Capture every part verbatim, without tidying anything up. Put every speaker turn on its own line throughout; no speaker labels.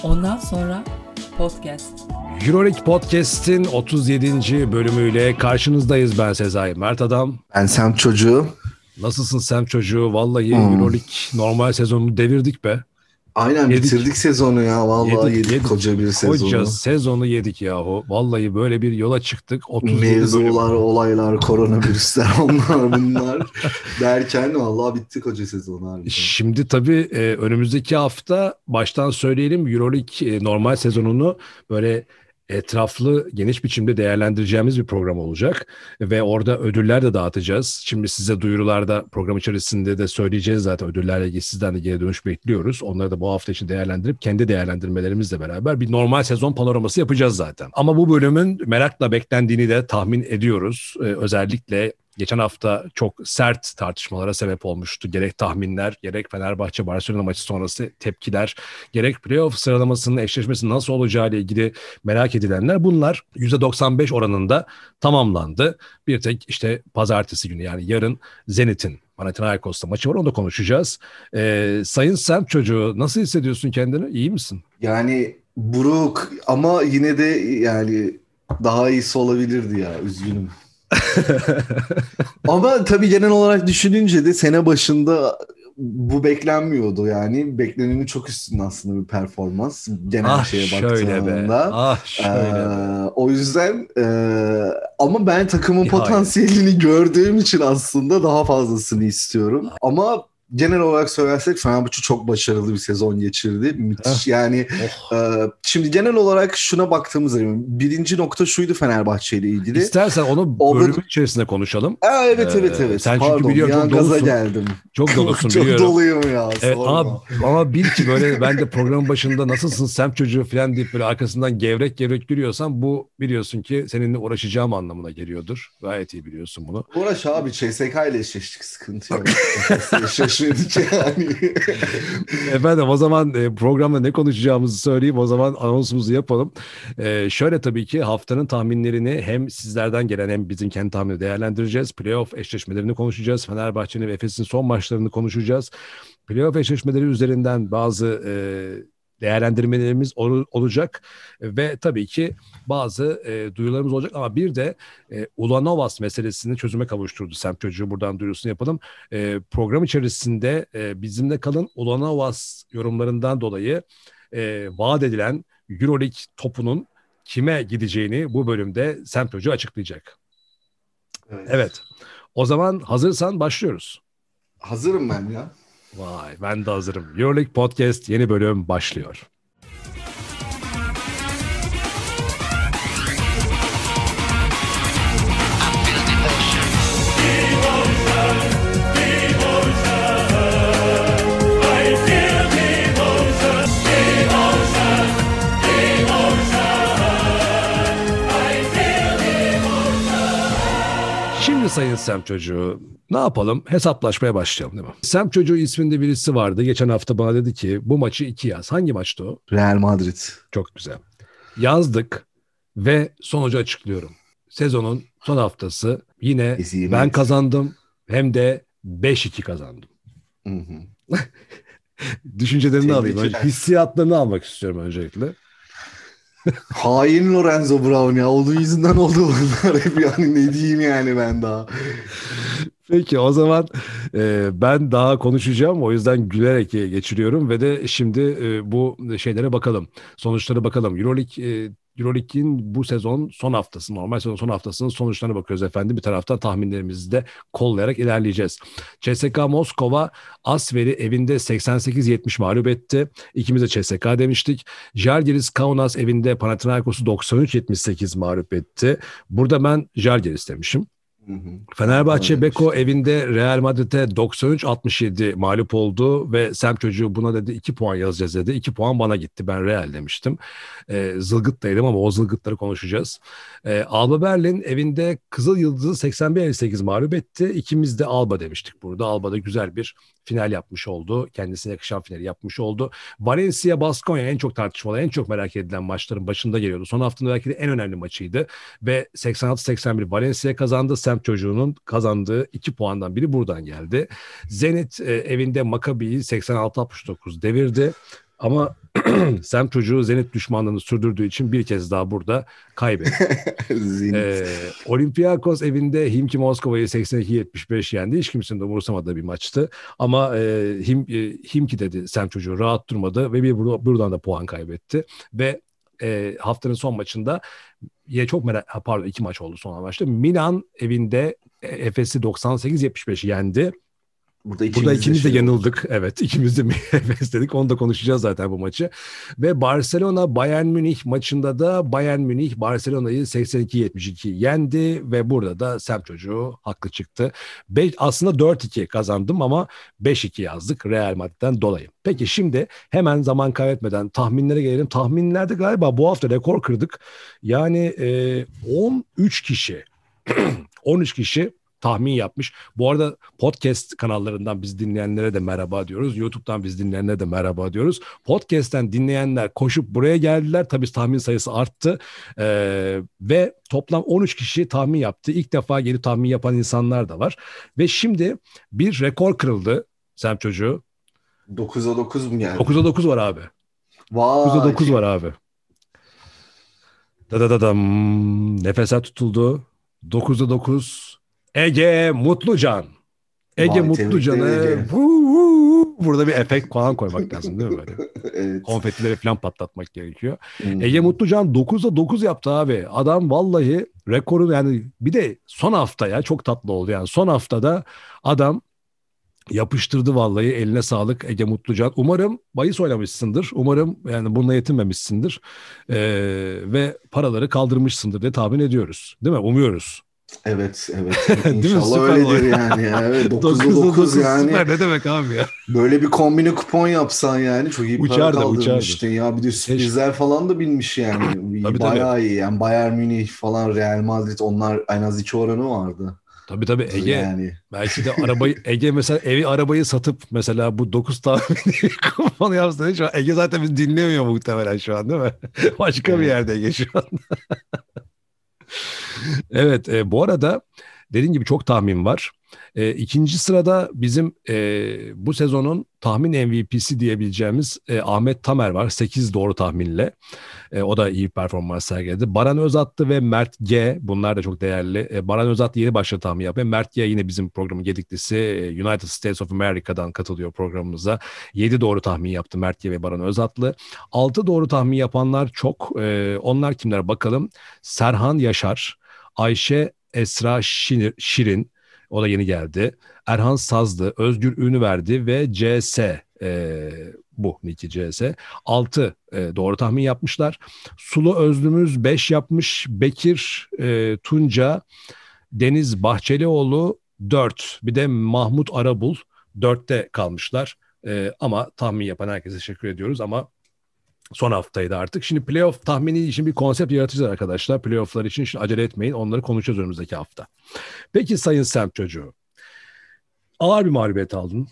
Ondan sonra podcast.
Euroleague Podcast'in otuz yedinci bölümüyle karşınızdayız. Ben Sezai Mert Adam.
Ben Sem Çocuğu.
Nasılsın Sem Çocuğu? Vallahi hmm. Euroleague normal sezonunu devirdik be.
Aynen yedik. Bitirdik sezonu ya. Vallahi yedik, yedik, yedik. Koca bir sezonu.
Koca sezonu yedik yahu. Vallahi böyle bir yola çıktık.
Mevzular, olaylar, koronavirüsler, onlar bunlar derken vallahi bitti koca sezon abi.
Şimdi tabii e, önümüzdeki hafta baştan söyleyelim, Euroleague e, normal sezonunu böyle etraflı, geniş biçimde değerlendireceğimiz bir program olacak ve orada ödüller de dağıtacağız. Şimdi size duyurularda, program içerisinde de söyleyeceğiz zaten, ödüllerle ilgili sizden de geri dönüş bekliyoruz. Onları da bu hafta için değerlendirip kendi değerlendirmelerimizle beraber bir normal sezon panoraması yapacağız zaten. Ama bu bölümün merakla beklendiğini de tahmin ediyoruz. Ee, özellikle geçen hafta çok sert tartışmalara sebep olmuştu. Gerek tahminler, gerek Fenerbahçe Barcelona maçı sonrası tepkiler, gerek playoff sıralamasının eşleşmesi nasıl olacağı ile ilgili merak edilenler. Bunlar yüzde doksan beş oranında tamamlandı. Bir tek işte pazartesi günü, yani yarın Zenit'in Panathinaikos'ta maçı var, onu da konuşacağız. Ee, Sayın Sem Çocuğu, nasıl hissediyorsun kendini? İyi misin?
Yani buruk ama yine de yani daha iyisi olabilirdi ya, üzgünüm. Ama tabii genel olarak düşününce de sene başında bu beklenmiyordu yani. Beklenenin çok üstünde aslında bir performans. Genel ah, şeye baktığında.
Ah şöyle
ee,
be.
O yüzden e, ama ben takımın Nihayet. potansiyelini gördüğüm için aslında daha fazlasını istiyorum. Ama genel olarak söylersek Fenerbahçe çok başarılı bir sezon geçirdi. Müthiş yani. Oh. E, şimdi genel olarak şuna baktığımız zaman birinci nokta şuydu Fenerbahçe ile ilgili.
İstersen onu bölümün o... içerisinde konuşalım.
Aa, evet evet evet. Ee,
sen
Pardon,
çünkü biliyorum çok
gaza
dolusun.
geldim.
Çok dolusun
çok
biliyorum.
Çok doluyum ya.
Evet, ama, ama bil ki böyle ben de programın başında nasılsın Sem Çocuğu falan deyip böyle arkasından gevrek gevrek gülüyorsan, bu biliyorsun ki seninle uğraşacağım anlamına geliyordur. Gayet iyi biliyorsun bunu.
Uğraş abi, C S K ile eşleştik, sıkıntı yok. Yani.
Efendim, o zaman e, programda ne konuşacağımızı söyleyeyim, o zaman anonsumuzu yapalım. E, şöyle, tabii ki haftanın tahminlerini hem sizlerden gelen hem bizim kendi tahminini değerlendireceğiz. Playoff eşleşmelerini konuşacağız. Fenerbahçe'nin ve Efes'in son maçlarını konuşacağız. Playoff eşleşmeleri üzerinden bazı e, değerlendirmelerimiz ol, olacak ve tabii ki bazı e, duyularımız olacak, ama bir de e, Ulanovas meselesini çözüme kavuşturdu Sem Çocuğu, buradan duyurusunu yapalım. E, program içerisinde e, bizimle kalın. Ulanovas yorumlarından dolayı e, vaat edilen Euroleague topunun kime gideceğini bu bölümde Sem Çocuğu açıklayacak. Evet. Evet. O zaman hazırsan başlıyoruz.
Hazırım ben ya.
Vay, ben de hazırım. Euroleague Podcast yeni bölüm başlıyor. Şimdi Sayın Sem Çocuğu, ne yapalım? Hesaplaşmaya başlayalım, değil mi? Sem Çocuğu isminde birisi vardı. Geçen hafta bana dedi ki bu maçı iki yaz. Hangi maçtı o?
Real Madrid.
Çok güzel. Yazdık ve sonucu açıklıyorum. Sezonun son haftası yine Eziyim ben et. kazandım, hem de beş iki kazandım. Hı hı. Düşüncelerini alayım. Önce hissiyatlarını almak istiyorum öncelikle.
Hain Lorenzo Brown ya. Olduğu yüzünden oldu bunlar hep, yani ne diyeyim yani ben daha.
Peki o zaman e, ben daha konuşacağım, o yüzden gülerek geçiriyorum ve de şimdi e, bu şeylere bakalım, sonuçlara bakalım. Euroleague e, Euroleague'in bu sezon son haftası, normal sezon son haftasının sonuçlarına bakıyoruz efendim. Bir taraftan tahminlerimizi de kollayarak ilerleyeceğiz. C S K Moskova Asver'i evinde seksen sekiz yetmiş mağlup etti. İkimiz de C S K demiştik. Žalgiris Kaunas evinde Panathinaikos'u doksan üç yetmiş sekiz mağlup etti. Burada ben Žalgiris demişim. Hı hı. Fenerbahçe Beko evinde Real Madrid'e doksan üç altmış yedi mağlup oldu ve Sem Çocuğu buna dedi iki puan yazacağız dedi. iki puan bana gitti. Ben Real demiştim. Ee, zılgıttaydım ama o zılgıtları konuşacağız. Ee, Alba Berlin evinde Kızıl Yıldız'ı seksen bir elli sekiz mağlup etti. İkimiz de Alba demiştik burada. Alba'da güzel bir final yapmış oldu. Kendisine yakışan finali yapmış oldu. Valencia Baskonya en çok tartışmalı, en çok merak edilen maçların başında geliyordu. Son haftanın belki de en önemli maçıydı ve seksen altı seksen bir Valencia kazandı. Sem Çocuğu'nun kazandığı iki puandan biri buradan geldi. Zenit e, evinde Maccabi'yi seksen altı altmış dokuz devirdi. Ama Sem çocuğu Zenit düşmanlığını sürdürdüğü için bir kez daha burada kaybetti. ee, Olympiakos evinde Himki Moskova'yı seksen iki yetmiş beş yendi. Hiç kimsenin de umursamadığı bir maçtı. Ama e, Him, e, Himki dedi Sem çocuğu rahat durmadı ve bir buradan da puan kaybetti. Ve e, haftanın son maçında ya çok merak pardon iki maç oldu son maçta. Milan evinde Efes'i doksan sekiz yetmiş beş yendi. Burada ikimiz, Burada ikimiz de, de şey yanıldık. Oldu. Evet, ikimiz de Efes dedik. Onu da konuşacağız zaten bu maçı. Ve Barcelona Bayern Münih maçında da Bayern Münih Barcelona'yı seksen iki yetmiş iki yendi ve burada da Sem çocuğu haklı çıktı. Be- aslında dört iki kazandım ama beş iki yazdık Real Madrid'den dolayı. Peki şimdi hemen zaman kaybetmeden tahminlere gelelim. Tahminlerde galiba bu hafta rekor kırdık. Yani e, on üç kişi on üç kişi tahmin yapmış. Bu arada podcast kanallarından biz dinleyenlere de merhaba diyoruz. YouTube'dan biz dinleyenlere de merhaba diyoruz. Podcast'ten dinleyenler koşup buraya geldiler. Tabii tahmin sayısı arttı. Ee, ve toplam on üç kişi tahmin yaptı. İlk defa gelip tahmin yapan insanlar da var. Ve şimdi bir rekor kırıldı Sem çocuğu.
dokuza dokuz mu geldi?
dokuza dokuz var abi.
Vay.
dokuza dokuz var abi. Dadadadam. Nefesler tutuldu. dokuza dokuz. Ege Mutlucan. Ege Vay, Mutlucan'ı burada bir efekt falan koymak lazım değil mi böyle? Evet. Konfetileri falan patlatmak gerekiyor. Hmm. Ege Mutlucan dokuzda dokuz yaptı abi. Adam vallahi rekoru yani bir de son hafta ya çok tatlı oldu yani. Son haftada adam yapıştırdı vallahi eline sağlık Ege Mutlucan. Umarım bahis oynamışsındır. Umarım yani bununla yetinmemişsindir. Ee, ve paraları kaldırmışsındır diye tahmin ediyoruz. Değil mi? Umuyoruz.
Evet, evet. İnşallah öyledir yani. Evet, dokuzda dokuz yani.
Süper. Ne demek abi ya?
Böyle bir kombine kupon yapsan yani çok iyi para
uçardı,
kaldırmıştın ya. Bir de sürprizler Keşke. falan da bilmiş yani. Tabii, bayağı tabii. iyi. Yani Bayern Münih falan, Real Madrid onlar en az iki oranı vardı.
Tabii tabii Ege yani. Belki de arabayı Ege mesela evi arabayı satıp mesela bu dokuz tahmini kupon yapsın. Şu an Ege zaten bizi dinlemiyor muhtemelen şu an değil mi? Başka evet. bir yerde Ege şu an. Evet e, bu arada dediğim gibi çok tahmin var. E, ikinci sırada bizim e, bu sezonun tahmin M V P'si diyebileceğimiz e, Ahmet Tamer var. sekiz doğru tahminle. E, o da iyi performans sergiledi. Baran Özatlı ve Mert G. Bunlar da çok değerli. E, Baran Özatlı yeni başladı tahmin yapıyor. Mert G yine bizim programın gediklisi. E, United States of America'dan katılıyor programımıza. yedi doğru tahmin yaptı Mert G ve Baran Özatlı. altı doğru tahmin yapanlar çok. E, onlar kimler bakalım. Serhan Yaşar, Ayşe Esra Şirin, o da yeni geldi. Erhan Sazlı, Özgür Ünüverdi ve C S e, bu Niki C S. altı e, doğru tahmin yapmışlar. Sulu Özlümüz beş yapmış. Bekir e, Tunca, Deniz Bahçelioğlu dört. Bir de Mahmut Arabul dörtte kalmışlar. E, ama tahmin yapan herkese teşekkür ediyoruz ama son haftaydı artık. Şimdi playoff tahmini için bir konsept yaratacağız arkadaşlar. Playoff'lar için şimdi acele etmeyin. Onları konuşacağız önümüzdeki hafta. Peki Sayın Sem çocuğu. Ağır bir mağlubiyet aldın.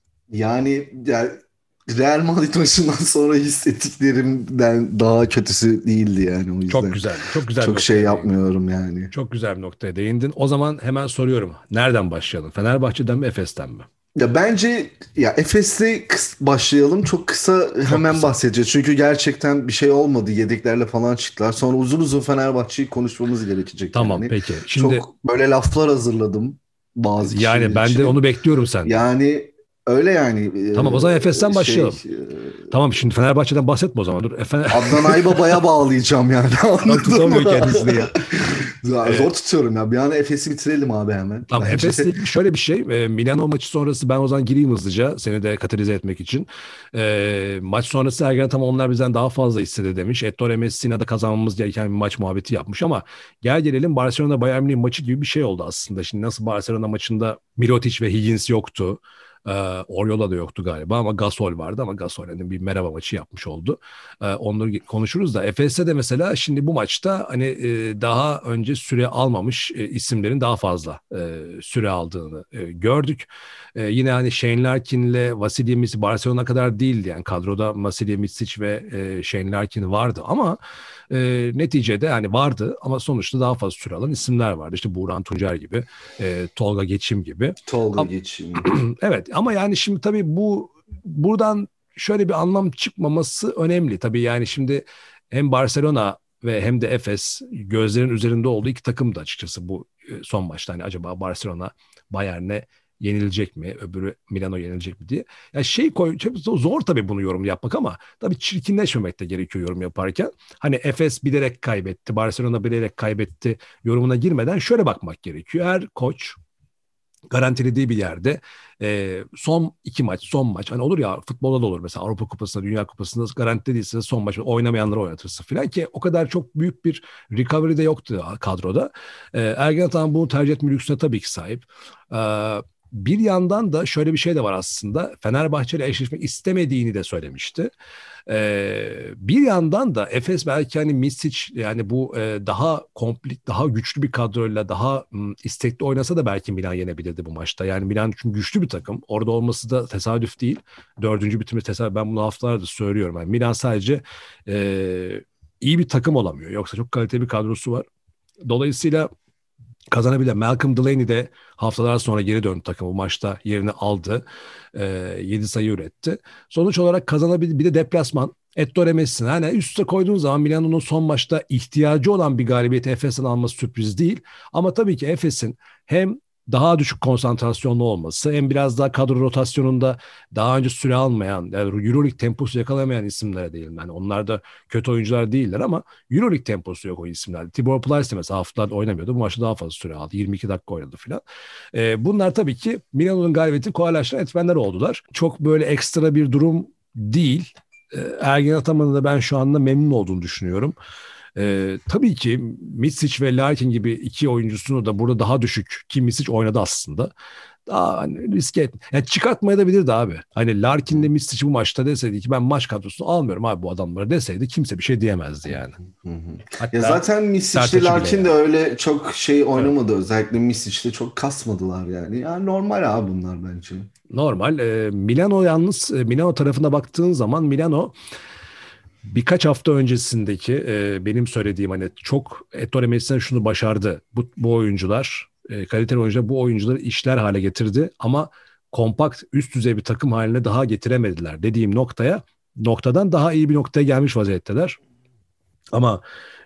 Yani, yani Real Madrid maçından sonra hissettiklerimden daha kötüsü değildi yani o yüzden.
Çok güzel. Çok güzel.
Çok şey yapmıyorum yani.
Çok güzel bir noktaya değindin. O zaman hemen soruyorum. Nereden başlayalım? Fenerbahçe'den mi, Efes'ten mi?
Ya bence ya Efes'le başlayalım. Çok kısa hemen Çok kısa. bahsedeceğiz. Çünkü gerçekten bir şey olmadı. Yedeklerle falan çıktılar. Sonra uzun uzun Fenerbahçe'yi konuşmamız gerekecek.
Tamam
yani.
peki. Şimdi...
Çok böyle laflar hazırladım bazı kişiler
Yani ben
için.
de onu bekliyorum senden.
Yani öyle yani.
Tamam o zaman Efes'ten başlayalım. Şey, tamam şimdi Fenerbahçe'den bahsetme o zaman. Dur. Efe...
Adnan Aybaba'ya bağlayacağım yani.
Tutamıyor kendisini ya.
Zor evet. tutuyorum ya. Bir an Efes'i bitirelim abi hemen.
Tamam Efes'le şöyle bir şey. Milano maçı sonrası ben o zaman gireyim hızlıca. Seni de katalize etmek için. E, maç sonrası Ergen tam onlar bizden daha fazla istedi demiş. Ettore Messina'da kazanmamız gereken bir maç muhabbeti yapmış ama gel gelelim Barcelona Bayern Münih maçı gibi bir şey oldu aslında. Şimdi nasıl Barcelona maçında Mirotic ve Higgins yoktu. Ee, Oriola da yoktu galiba ama Gasol vardı ama Gasol'ün bir merhaba maçı yapmış oldu. Ee, onları konuşuruz da Efes'te de mesela şimdi bu maçta hani e, daha önce süre almamış e, isimlerin daha fazla e, süre aldığını e, gördük. E, yine hani Shane Larkin'le Vasilij Micic Barcelona kadar değildi yani kadroda Vasilij Micic ve e, Shane Larkin vardı ama e, neticede hani vardı ama sonuçta daha fazla süre alan isimler vardı. İşte Buğra Tuncer gibi, e, Tolga Geçim gibi.
Tolga Geçim.
Evet ama yani şimdi tabii bu buradan şöyle bir anlam çıkmaması önemli. Tabii yani şimdi hem Barcelona ve hem de Efes gözlerin üzerinde olduğu iki takım da açıkçası bu son maçta. Hani acaba Barcelona Bayern'e yenilecek mi? Öbürü Milano yenilecek mi diye. Yani şey koy, zor tabii bunu yorum yapmak ama tabii çirkinleşmemek de gerekiyor yorum yaparken. Hani Efes bilerek kaybetti, Barcelona bilerek kaybetti yorumuna girmeden şöyle bakmak gerekiyor. Her koç garantilediği bir yerde e, son iki maç, son maç hani olur ya futbolda da olur mesela Avrupa Kupası'nda, Dünya Kupası'nda garantilediyse son maç oynamayanları oynatırsın falan ki o kadar çok büyük bir recovery de yoktu kadroda. E, Ergen Ataman bunu tercih etme lüksüne tabii ki sahip. E, Bir yandan da şöyle bir şey de var aslında. Fenerbahçe ile eşleşmek istemediğini de söylemişti. Ee, bir yandan da Efes belki hani Misic yani bu e, daha komplik, daha güçlü bir kadroyla daha m, istekli oynasa da belki Milan yenebilirdi bu maçta. Yani Milan çünkü güçlü bir takım. Orada olması da tesadüf değil. Dördüncü bitirme tesadüf. Ben bunu haftalardır söylüyorum. Yani Milan sadece e, iyi bir takım olamıyor. Yoksa çok kaliteli bir kadrosu var. Dolayısıyla kazanabilir. Malcolm Delaney de haftalar sonra geri döndü takım. Bu maçta yerini aldı. E, yedi sayı üretti. Sonuç olarak kazanabilir. Bir de deplasman. Ettore Messina. Yani üst üste koyduğun zaman Milano'nun son maçta ihtiyacı olan bir galibiyeti Efes'in alması sürpriz değil. Ama tabii ki Efes'in hem daha düşük konsantrasyonlu olması hem biraz daha kadro rotasyonunda daha önce süre almayan, yani Euroleague temposu yakalayamayan isimlere değil. Yani onlar da kötü oyuncular değiller ama Euroleague temposu yok o isimlerde. Tibor Plyce mesela haftalarda oynamıyordu. Bu maçta daha fazla süre aldı. yirmi iki dakika oynadı filan. Ee, bunlar tabii ki Milano'nun galibiyeti kolaylaştıran etmenler oldular. Çok böyle ekstra bir durum değil. Ee, Ergen Ataman'ın da ben şu anda memnun olduğunu düşünüyorum. Ee, tabii ki Misic ve Larkin gibi iki oyuncusunu da burada daha düşük ki Misic oynadı aslında. Daha hani riske et. Yani çıkartmayabilirdi abi. Hani Larkin'le Misic bu maçta deseydi ki ben maç kadrosunu almıyorum abi bu adamları deseydi kimse bir şey diyemezdi yani.
Hı hı.
Hatta
Ya zaten Misic'le Larkin
yani.
de öyle çok şey oynamadı.
Evet.
Özellikle Misic'le çok kasmadılar yani. Yani normal abi bunlar bence.
Normal. Ee, Milano yalnız Milano tarafına baktığın zaman Milano birkaç hafta öncesindeki e, benim söylediğim hani çok Ettore Messina şunu başardı. Bu, bu oyuncular e, kaliteli oyuncular bu oyuncuları işler hale getirdi ama kompakt üst düzey bir takım haline daha getiremediler dediğim noktaya noktadan daha iyi bir noktaya gelmiş vaziyetteler. Ama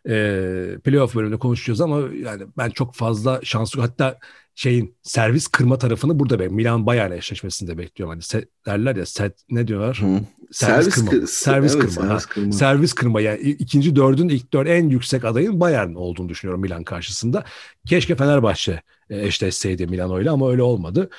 e, playoff bölümünde konuşacağız ama yani ben çok fazla şanslı hatta şeyin servis kırma tarafını burada bekliyorum. Milan Bayern eşleşmesinde bekliyorum. Hani set, derler ya set ne diyorlar?
Hı.
Servis, servis kırma.
Kı-
servis
evet,
kırma.
servis
Ha.
kırma.
Servis kırma yani ikinci dördün ilk dört en yüksek adayın Bayern olduğunu düşünüyorum Milan karşısında. Keşke Fenerbahçe eşleşseydi Milano'yla ama öyle olmadı.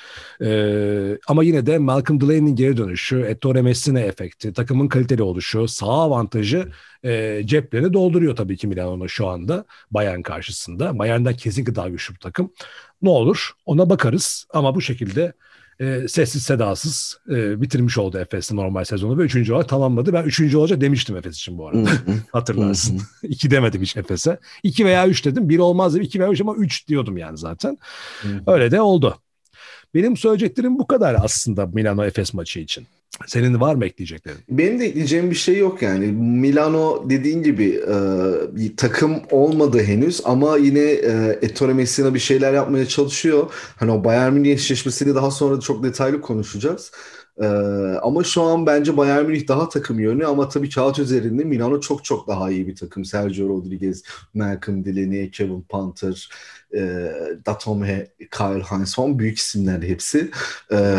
Ee, ama yine de Malcolm Delaney'nin geri dönüşü, Ettore Messina efekti, takımın kaliteli oluşu, sağ avantajı e, ceplerini dolduruyor tabii ki Milano'nun şu anda Bayern karşısında. Bayern'den kesinlikle daha güçlü bir takım. Ne olur ona bakarız ama bu şekilde e, sessiz sedasız e, bitirmiş oldu Efes'in normal sezonu ve üçüncü olarak tamamladı. Ben üçüncü olacak demiştim Efes için bu arada. Hatırlarsın. iki demedim hiç Efes'e. iki veya üç dedim. bir olmaz dedim. iki veya üç ama üç diyordum yani zaten. Öyle de oldu. Benim söyleyeceklerim bu kadar aslında Milano Efes maçı için. Senin var mı ekleyeceklerin?
Benim de ekleyeceğim bir şey yok yani. Milano dediğin gibi e, bir takım olmadı henüz ama yine e, Ettore Messina bir şeyler yapmaya çalışıyor. Hani o Bayern Münih eşleşmesini daha sonra çok detaylı konuşacağız. E, ama şu an bence Bayern Münih daha takım yönlü ama tabii kağıt üzerinde Milano çok çok daha iyi bir takım. Sergio Rodriguez, Malcolm Delaney, Kevin Panther, e, Datome, Kyle Hines falan büyük isimler hepsi. E,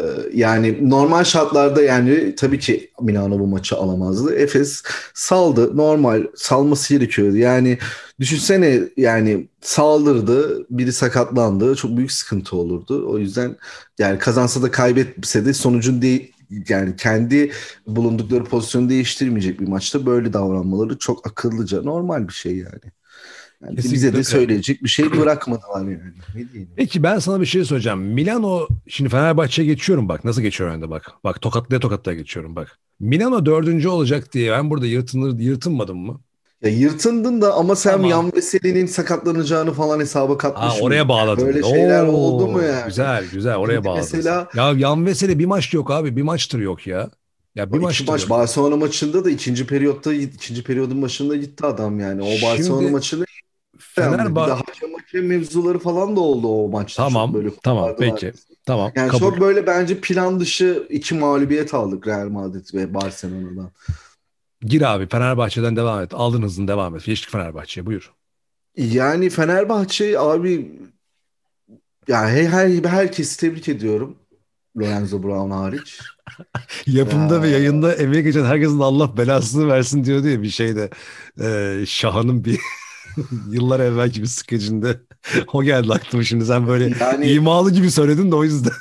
yani normal şartlarda yani tabii ki Milano bu maçı alamazdı. Efes saldı. Normal salması gerekiyordu. Yani düşünsene yani saldırdı. Biri sakatlandı. Çok büyük sıkıntı olurdu. O yüzden yani kazansa da kaybetse de sonucun değil yani kendi bulundukları pozisyonu değiştirmeyecek bir maçta böyle davranmaları çok akıllıca normal bir şey yani. Yani bize de söyleyecek bir şey bırakmadılar yani. Ne diyeyim?
Peki ben sana bir şey söyleyeceğim. Milano, şimdi Fenerbahçe'ye geçiyorum bak. Nasıl geçiyor önde bak. Bak tokatlaya tokatlaya geçiyorum bak. Milano dördüncü olacak diye ben burada yırtınır, yırtınmadım mı?
Ya yırtındın da ama sen
Tamam.
Yan Veseli'nin sakatlanacağını falan hesaba katmış
Aa, oraya bağladın.
Böyle şeyler
Oo,
oldu mu yani?
Güzel güzel oraya
Şimdi
bağladın.
mesela
Ya Yan Veseli bir maç yok abi. Bir maçtır yok ya. Ya bir
o iki
maçtır
maç
yok.
Barcelona maçında da ikinci periyotta ikinci periyodun başında gitti adam yani. O Barcelona
Şimdi
maçını Bir de
Fenerbahçe
hakem hakem mevzuları falan da oldu o maçta. Çok
tamam
böyle
tamam
kopardılar.
peki tamam
Yani
kabul.
çok böyle bence plan dışı iki mağlubiyet aldık Real Madrid ve Barcelona'dan.
Gir abi Fenerbahçe'den devam et. Aldın hızını devam et. Geçtik Fenerbahçe'ye buyur.
Yani Fenerbahçe abi, yani her, her herkesi tebrik ediyorum. Lorenzo Brown hariç.
Yapımda ve
Ee,
yayında emeği geçen herkesin Allah belasını versin diyordu ya bir şeyde. Ee, Şahan'ın bir yıllar evvelki bir skecinde. O geldi aklıma şimdi sen böyle
yani
imalı gibi söyledin de o yüzden.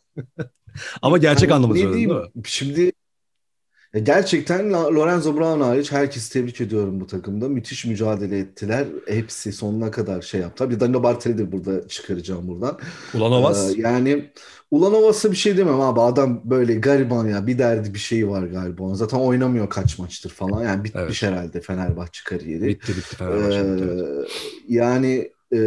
Ama gerçek
yani
anlamda
ne
söyledin değil
diyeyim
mi?
şimdi, ya gerçekten La- Lorenzo Brown hariç herkesi tebrik ediyorum bu takımda. Müthiş mücadele ettiler. Hepsi sonuna kadar şey yaptı. Tabii Danilo Bartel'i de burada çıkaracağım buradan.
Ulan
Ee,
Ovas.
yani Ulanovas'a bir şey demem abi. Adam böyle gariban ya. Bir derdi bir şeyi var galiba. onun. Zaten oynamıyor kaç maçtır falan. Yani bitmiş
Evet.
herhalde Fenerbahçe kariyeri.
Bitti bitti Fenerbahçe bitti. Evet.
Ee, yani e,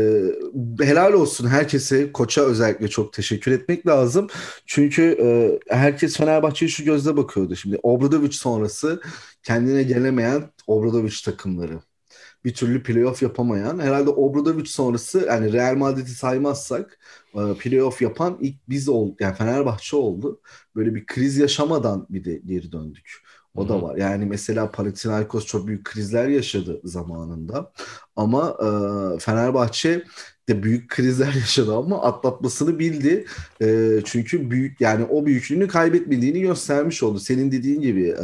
helal olsun herkese, koça özellikle çok teşekkür etmek lazım. Çünkü e, herkes Fenerbahçe'ye şu gözle bakıyordu. Şimdi Obradović sonrası kendine gelemeyen Obradović takımları, bir türlü playoff yapamayan, herhalde Obradović sonrası, yani Real Madrid'i saymazsak e, playoff yapan ilk biz oldu. Yani Fenerbahçe oldu. Böyle bir kriz yaşamadan bir de geri döndük.
Hı
O da
hı.
var. Yani mesela Panathinaikos çok büyük krizler yaşadı zamanında. Ama e, Fenerbahçe de büyük krizler yaşadı ama atlatmasını bildi. E, çünkü büyük, yani o büyüklüğünü kaybetmediğini göstermiş oldu. Senin dediğin gibi e,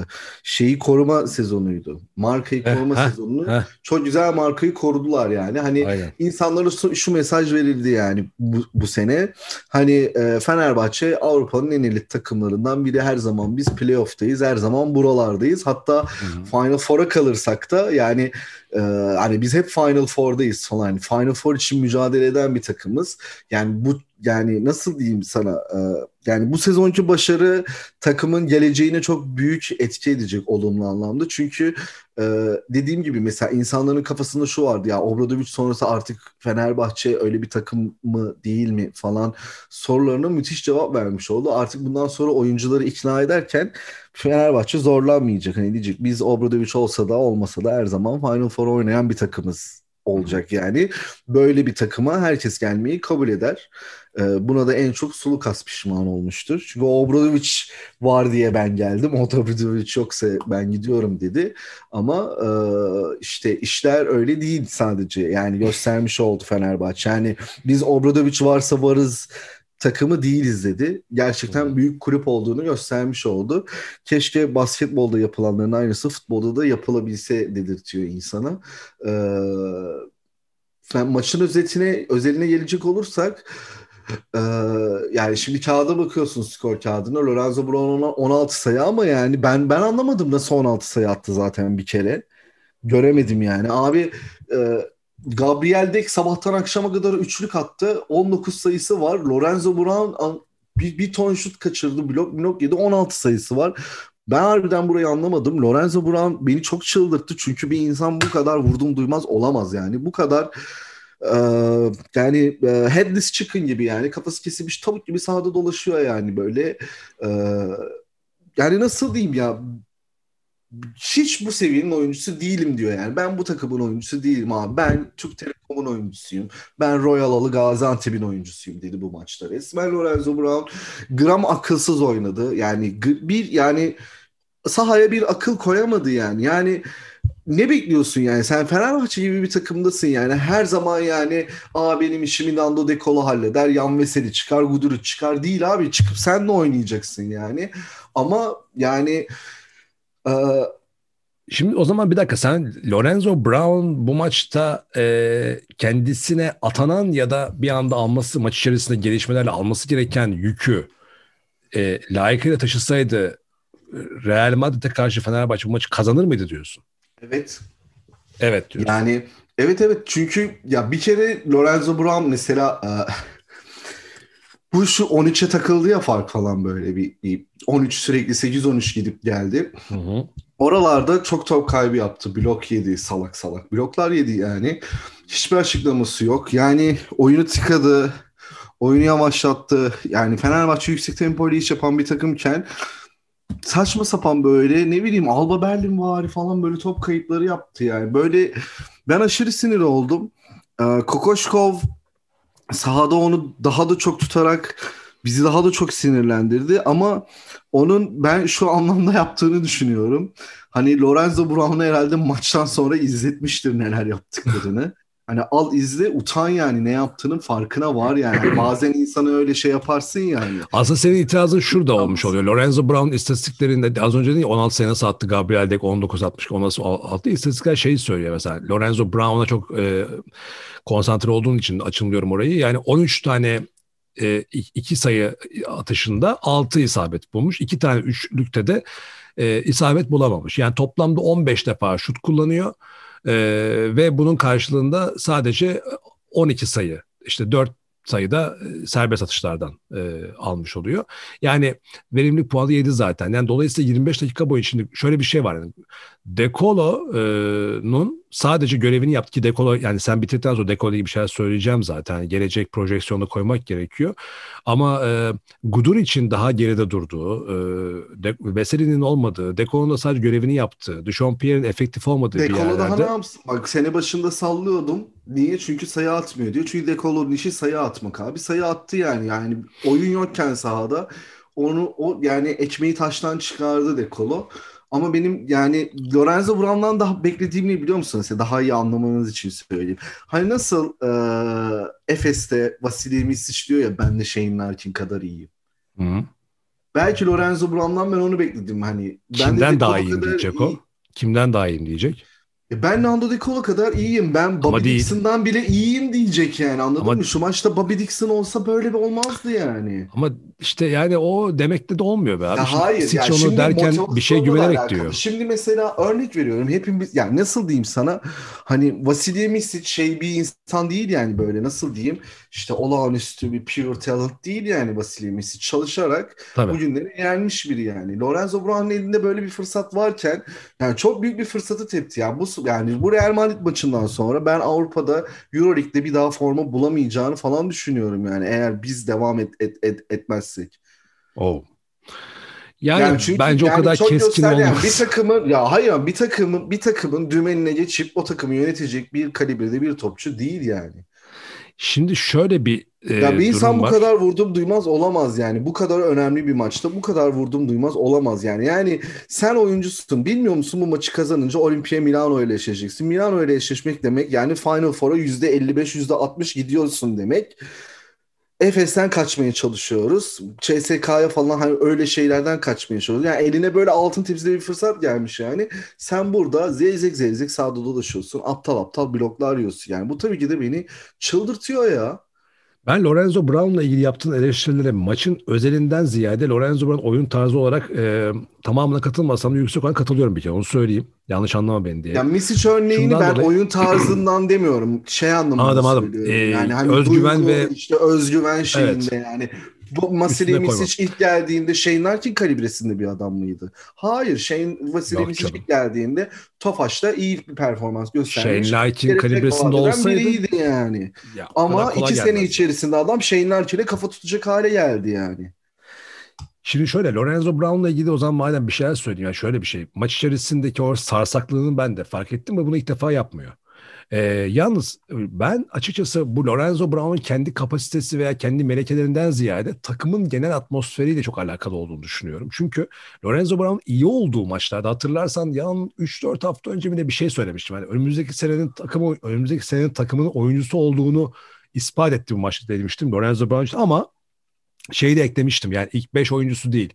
şeyi koruma sezonuydu. Markayı
Heh,
koruma
heh,
sezonunu
heh.
çok güzel, markayı korudular yani. Hani
Aynen.
insanlara şu, şu mesaj verildi yani bu, bu sene. Hani e, Fenerbahçe Avrupa'nın en elit takımlarından biri, her zaman biz playoff'tayız, her zaman buralardayız. Hatta
Hı hı.
Final Four'a kalırsak da yani e, hani biz hep Final Four'dayız falan. Yani Final Four için mücadele eden bir takımız. Yani bu, yani nasıl diyeyim sana, e, yani bu sezonki başarı takımın geleceğine çok büyük etki edecek olumlu anlamda. Çünkü e, dediğim gibi mesela insanların kafasında şu vardı ya, Obradović sonrası artık Fenerbahçe öyle bir takım mı değil mi falan sorularına müthiş cevap vermiş oldu. Artık bundan sonra oyuncuları ikna ederken Fenerbahçe zorlanmayacak. Hani diyecek biz Obradović olsa da olmasa da her zaman Final Four oynayan bir takımız
Hı hı.
olacak yani. Böyle bir takıma herkes gelmeyi kabul eder. Ee, buna da en çok Sulukas pişman olmuştur. Çünkü Obradović var diye ben geldim. Obradović yoksa ben gidiyorum dedi. Ama e, işte işler öyle değil sadece. Yani göstermiş oldu Fenerbahçe. Yani biz Obradović varsa varız takımı değiliz dedi.
Hı hı.
Gerçekten büyük kulüp olduğunu göstermiş oldu. Keşke basketbolda yapılanların aynısı futbolda da yapılabilse dedirtiyor insana. Ee, ben maçın özetine, özeline gelecek olursak, e, yani şimdi kağıda bakıyorsun, skor kağıdına. Lorenzo Brown ona on altı sayı, ama yani ben ben anlamadım nasıl on altı sayı attı zaten bir kere.
Hı hı.
Göremedim yani. Abi e, Gabriel Deck sabahtan akşama kadar üçlük attı. on dokuz sayısı var. Lorenzo Brown an- bir, bir ton şut kaçırdı. Blok blok yedi. on altı sayısı var. Ben harbiden burayı anlamadım. Lorenzo Brown beni çok çıldırttı. Çünkü bir insan bu kadar vurdum duymaz olamaz yani. Bu kadar e, yani e, headless chicken gibi, yani kafası kesilmiş tavuk gibi sahada dolaşıyor yani böyle. E, yani nasıl diyeyim ya, hiç bu seviyenin oyuncusu değilim diyor yani. Ben bu takımın oyuncusu değilim abi. Ben Türk Telekom'un oyuncusuyum. Ben Royal Alı Gaziantep'in oyuncusuyum dedi bu maçta. Resmen Lorenzo Brown gram akılsız oynadı. Yani bir, yani sahaya bir akıl koyamadı yani. Yani ne bekliyorsun yani? Sen Fenerbahçe gibi bir takımdasın yani. Her zaman yani aa benim işimi Nando De Colo halleder. Yan Veseli çıkar, Guduric çıkar. Değil abi. Çıkıp sen de oynayacaksın yani. Ama yani e,
Şimdi o zaman bir dakika sen Lorenzo Brown bu maçta e, kendisine atanan ya da bir anda alması maç içerisinde gelişmelerle alması gereken yükü e, layıkıyla taşısaydı Real Madrid'e karşı Fenerbahçe bu maçı kazanır mıydı diyorsun?
evet.
Evet diyorsun.
Yani evet evet, çünkü ya bir kere Lorenzo Brown mesela e, bu şu on üçe takıldı ya, fark falan böyle bir, bir on üç sürekli sekiz on üç gidip geldi.
Hı hı.
Oralarda çok top kaybı yaptı. Blok yedi, salak salak. Bloklar yedi yani. Hiçbir açıklaması yok. Yani oyunu tıkadı. Oyunu yavaşlattı. Yani Fenerbahçe yüksek tempoyla iş yapan bir takımken saçma sapan böyle, ne bileyim, Alba Berlin vari falan böyle top kayıpları yaptı yani. Böyle Ben aşırı sinir oldum. Ee, Kokoşkov sahada onu daha da çok tutarak bizi daha da çok sinirlendirdi ama onun ben şu anlamda yaptığını düşünüyorum. Hani Lorenzo Brown'u herhalde maçtan sonra izletmiştir neler yaptıklarını. Hani al izle utan yani ne yaptığının farkına var yani. Hani bazen insana öyle şey yaparsın yani.
Aslında senin itirazın şurada olmuş oluyor. Lorenzo Brown istatistiklerinde az önce değil on altı sayı nasıl attı, Gabriel Deck on dokuz atmış, on altı istatistikler şeyi söylüyor mesela. Lorenzo Brown'a çok e, konsantre olduğun için açılmıyorum orayı. Yani on üç tane e, iki sayı atışında altı isabet bulmuş. iki tane üçlükte de e, isabet bulamamış. Yani toplamda on beş defa şut kullanıyor. E, ve bunun karşılığında sadece on iki sayı, işte dört sayıda e, serbest atışlardan e, almış oluyor. Yani verimlilik puanı yedi zaten. Yani dolayısıyla yirmi beş dakika boyunca şimdi şöyle bir şey var. Yani De Colo'nun sadece görevini yaptı ki De Colo, yani sen bitirdikten sonra De Colo'ya bir şeyler söyleyeceğim zaten. Gelecek projeksiyonda koymak gerekiyor. Ama e, Gudur için daha geride durduğu, e, Veseli'nin olmadığı, De Colo'nun da sadece görevini yaptığı, Duchampierre'in efektif olmadığı
De
bir
Colo
yerlerde.
daha ne yapsın? Bak sene başında sallıyordum. Niye? Çünkü sayı atmıyor diyor. Çünkü De Colo'nun işi sayı atmak abi. Sayı attı yani. Yani oyun yokken sahada onu o yani ekmeği taştan çıkardı De Colo. Ama benim yani Lorenzo Brown'dan daha beklediğimi biliyor musun? Size daha iyi anlamanız için söyleyeyim. Hani nasıl e, Efes'te Vasilij Micic diyor ya ben de Shane Larkin kadar iyiyim.
Hı.
Belki Lorenzo Brown'dan ben onu bekledim hani. Ben de
Kimden
De
daha
Colo
iyiyim
kadar
diyecek
iyi.
o? Kimden daha iyiyim diyecek?
E ben Nando De Colo kadar iyiyim. Ben Bobby
Ama değil.
Dixon'dan bile iyiyim diyecek yani. Anladın
Ama-
mı? Şu maçta Bobby Dixon olsa böyle bir olmazdı yani.
Ama işte yani o demekle de olmuyor be abi.
Ya
Şimdi
hayır.
Micic
Yani
onu
şimdi
derken bir şey
motivasyonla da
güvenerek
alakalı.
diyor.
Şimdi mesela örnek veriyorum. Hepimiz yani nasıl diyeyim sana? Hani Vasilij Micic şey bir insan değil yani böyle nasıl diyeyim? İşte olağanüstü bir pure talent değil yani Vasilij Micic. Çalışarak
Tabii.
bugünleri gelmiş biri yani. Lorenzo Brown'un elinde böyle bir fırsat varken yani çok büyük bir fırsatı tepti. Yani bu yani bu Real Madrid maçından sonra ben Avrupa'da Euroleague'de bir daha forma bulamayacağını falan düşünüyorum yani eğer biz devam et, et, et, etmezsek.
Oh. Yani,
Yani çünkü
bence o
yani
kadar
çok
keskin
göster yani
olmaz.
bir takımın ya hayır bir takımın bir takımın dümenine geçip o takımı yönetecek bir kalibrede bir topçu değil yani.
Şimdi şöyle bir e,
Ya bir insan
durum
bu
var.
kadar vurdum duymaz olamaz yani. Bu kadar önemli bir maçta bu kadar vurdum duymaz olamaz yani. Yani sen oyuncusun. Bilmiyor musun bu maçı kazanınca Olimpia Milano ile eşleşeceksin. Milano ile eşleşmek demek yani Final Four'a yüzde elli beş yüzde altmış gidiyorsun demek. Efes'ten kaçmaya çalışıyoruz. C S K'ya falan hani öyle şeylerden kaçmaya çalışıyoruz. Yani eline böyle altın tepside bir fırsat gelmiş yani. Sen burada zevzek zevzek sağda dolaşıyorsun. Aptal aptal bloklar yiyorsun. Yani bu tabii ki de beni çıldırtıyor ya.
Ben Lorenzo Brown'la ilgili yaptığın eleştirilere maçın özelinden ziyade Lorenzo Brown oyun tarzı olarak e, tamamına katılmasam da yüksek olarak katılıyorum bir kere. Onu söyleyeyim. Yanlış anlama beni diye.
Yani Misic örneğini
Şundan
ben
dolayı-
oyun tarzından demiyorum. Şey anlamında
Anladım, anladım.
söylüyorum.
Ee,
yani hani
özgüven
duygu,
ve-
işte özgüven şeyinde
Evet.
yani. Bu Vasilij
Üstüne koymam.
Misic ilk geldiğinde Shane Larkin kalibresinde bir adam mıydı? Hayır. Shane Vasilij
Yok
Misic
canım.
ilk geldiğinde Tofaş'ta iyi bir performans göstermiş.
Shane Larkin
Gelecek
kalibresinde
vadeden
olsaydı
biriydi yani.
ya, o
Ama
kadar kolay
iki sene
gelmezdi.
içerisinde adam Shane Larkin'e kafa tutacak hale geldi yani.
Şimdi şöyle Lorenzo Brown'la ilgili o zaman madem bir şeyler söyleyeyim. Yani şöyle bir şey. Maç içerisindeki o sarsaklığını ben de fark ettim ve bunu ilk defa yapmıyor. Ee, yalnız ben açıkçası bu Lorenzo Brown'un kendi kapasitesi veya kendi melekelerinden ziyade takımın genel atmosferiyle çok alakalı olduğunu düşünüyorum. Çünkü Lorenzo Brown iyi olduğu maçlarda hatırlarsan yan üç dört hafta önce mi de bir şey söylemiştim. Yani önümüzdeki senenin takımı önümüzdeki senenin takımının oyuncusu olduğunu ispat etti bu maçta demiştim Lorenzo Brown için ama şeyi de eklemiştim yani ilk beş oyuncusu değil.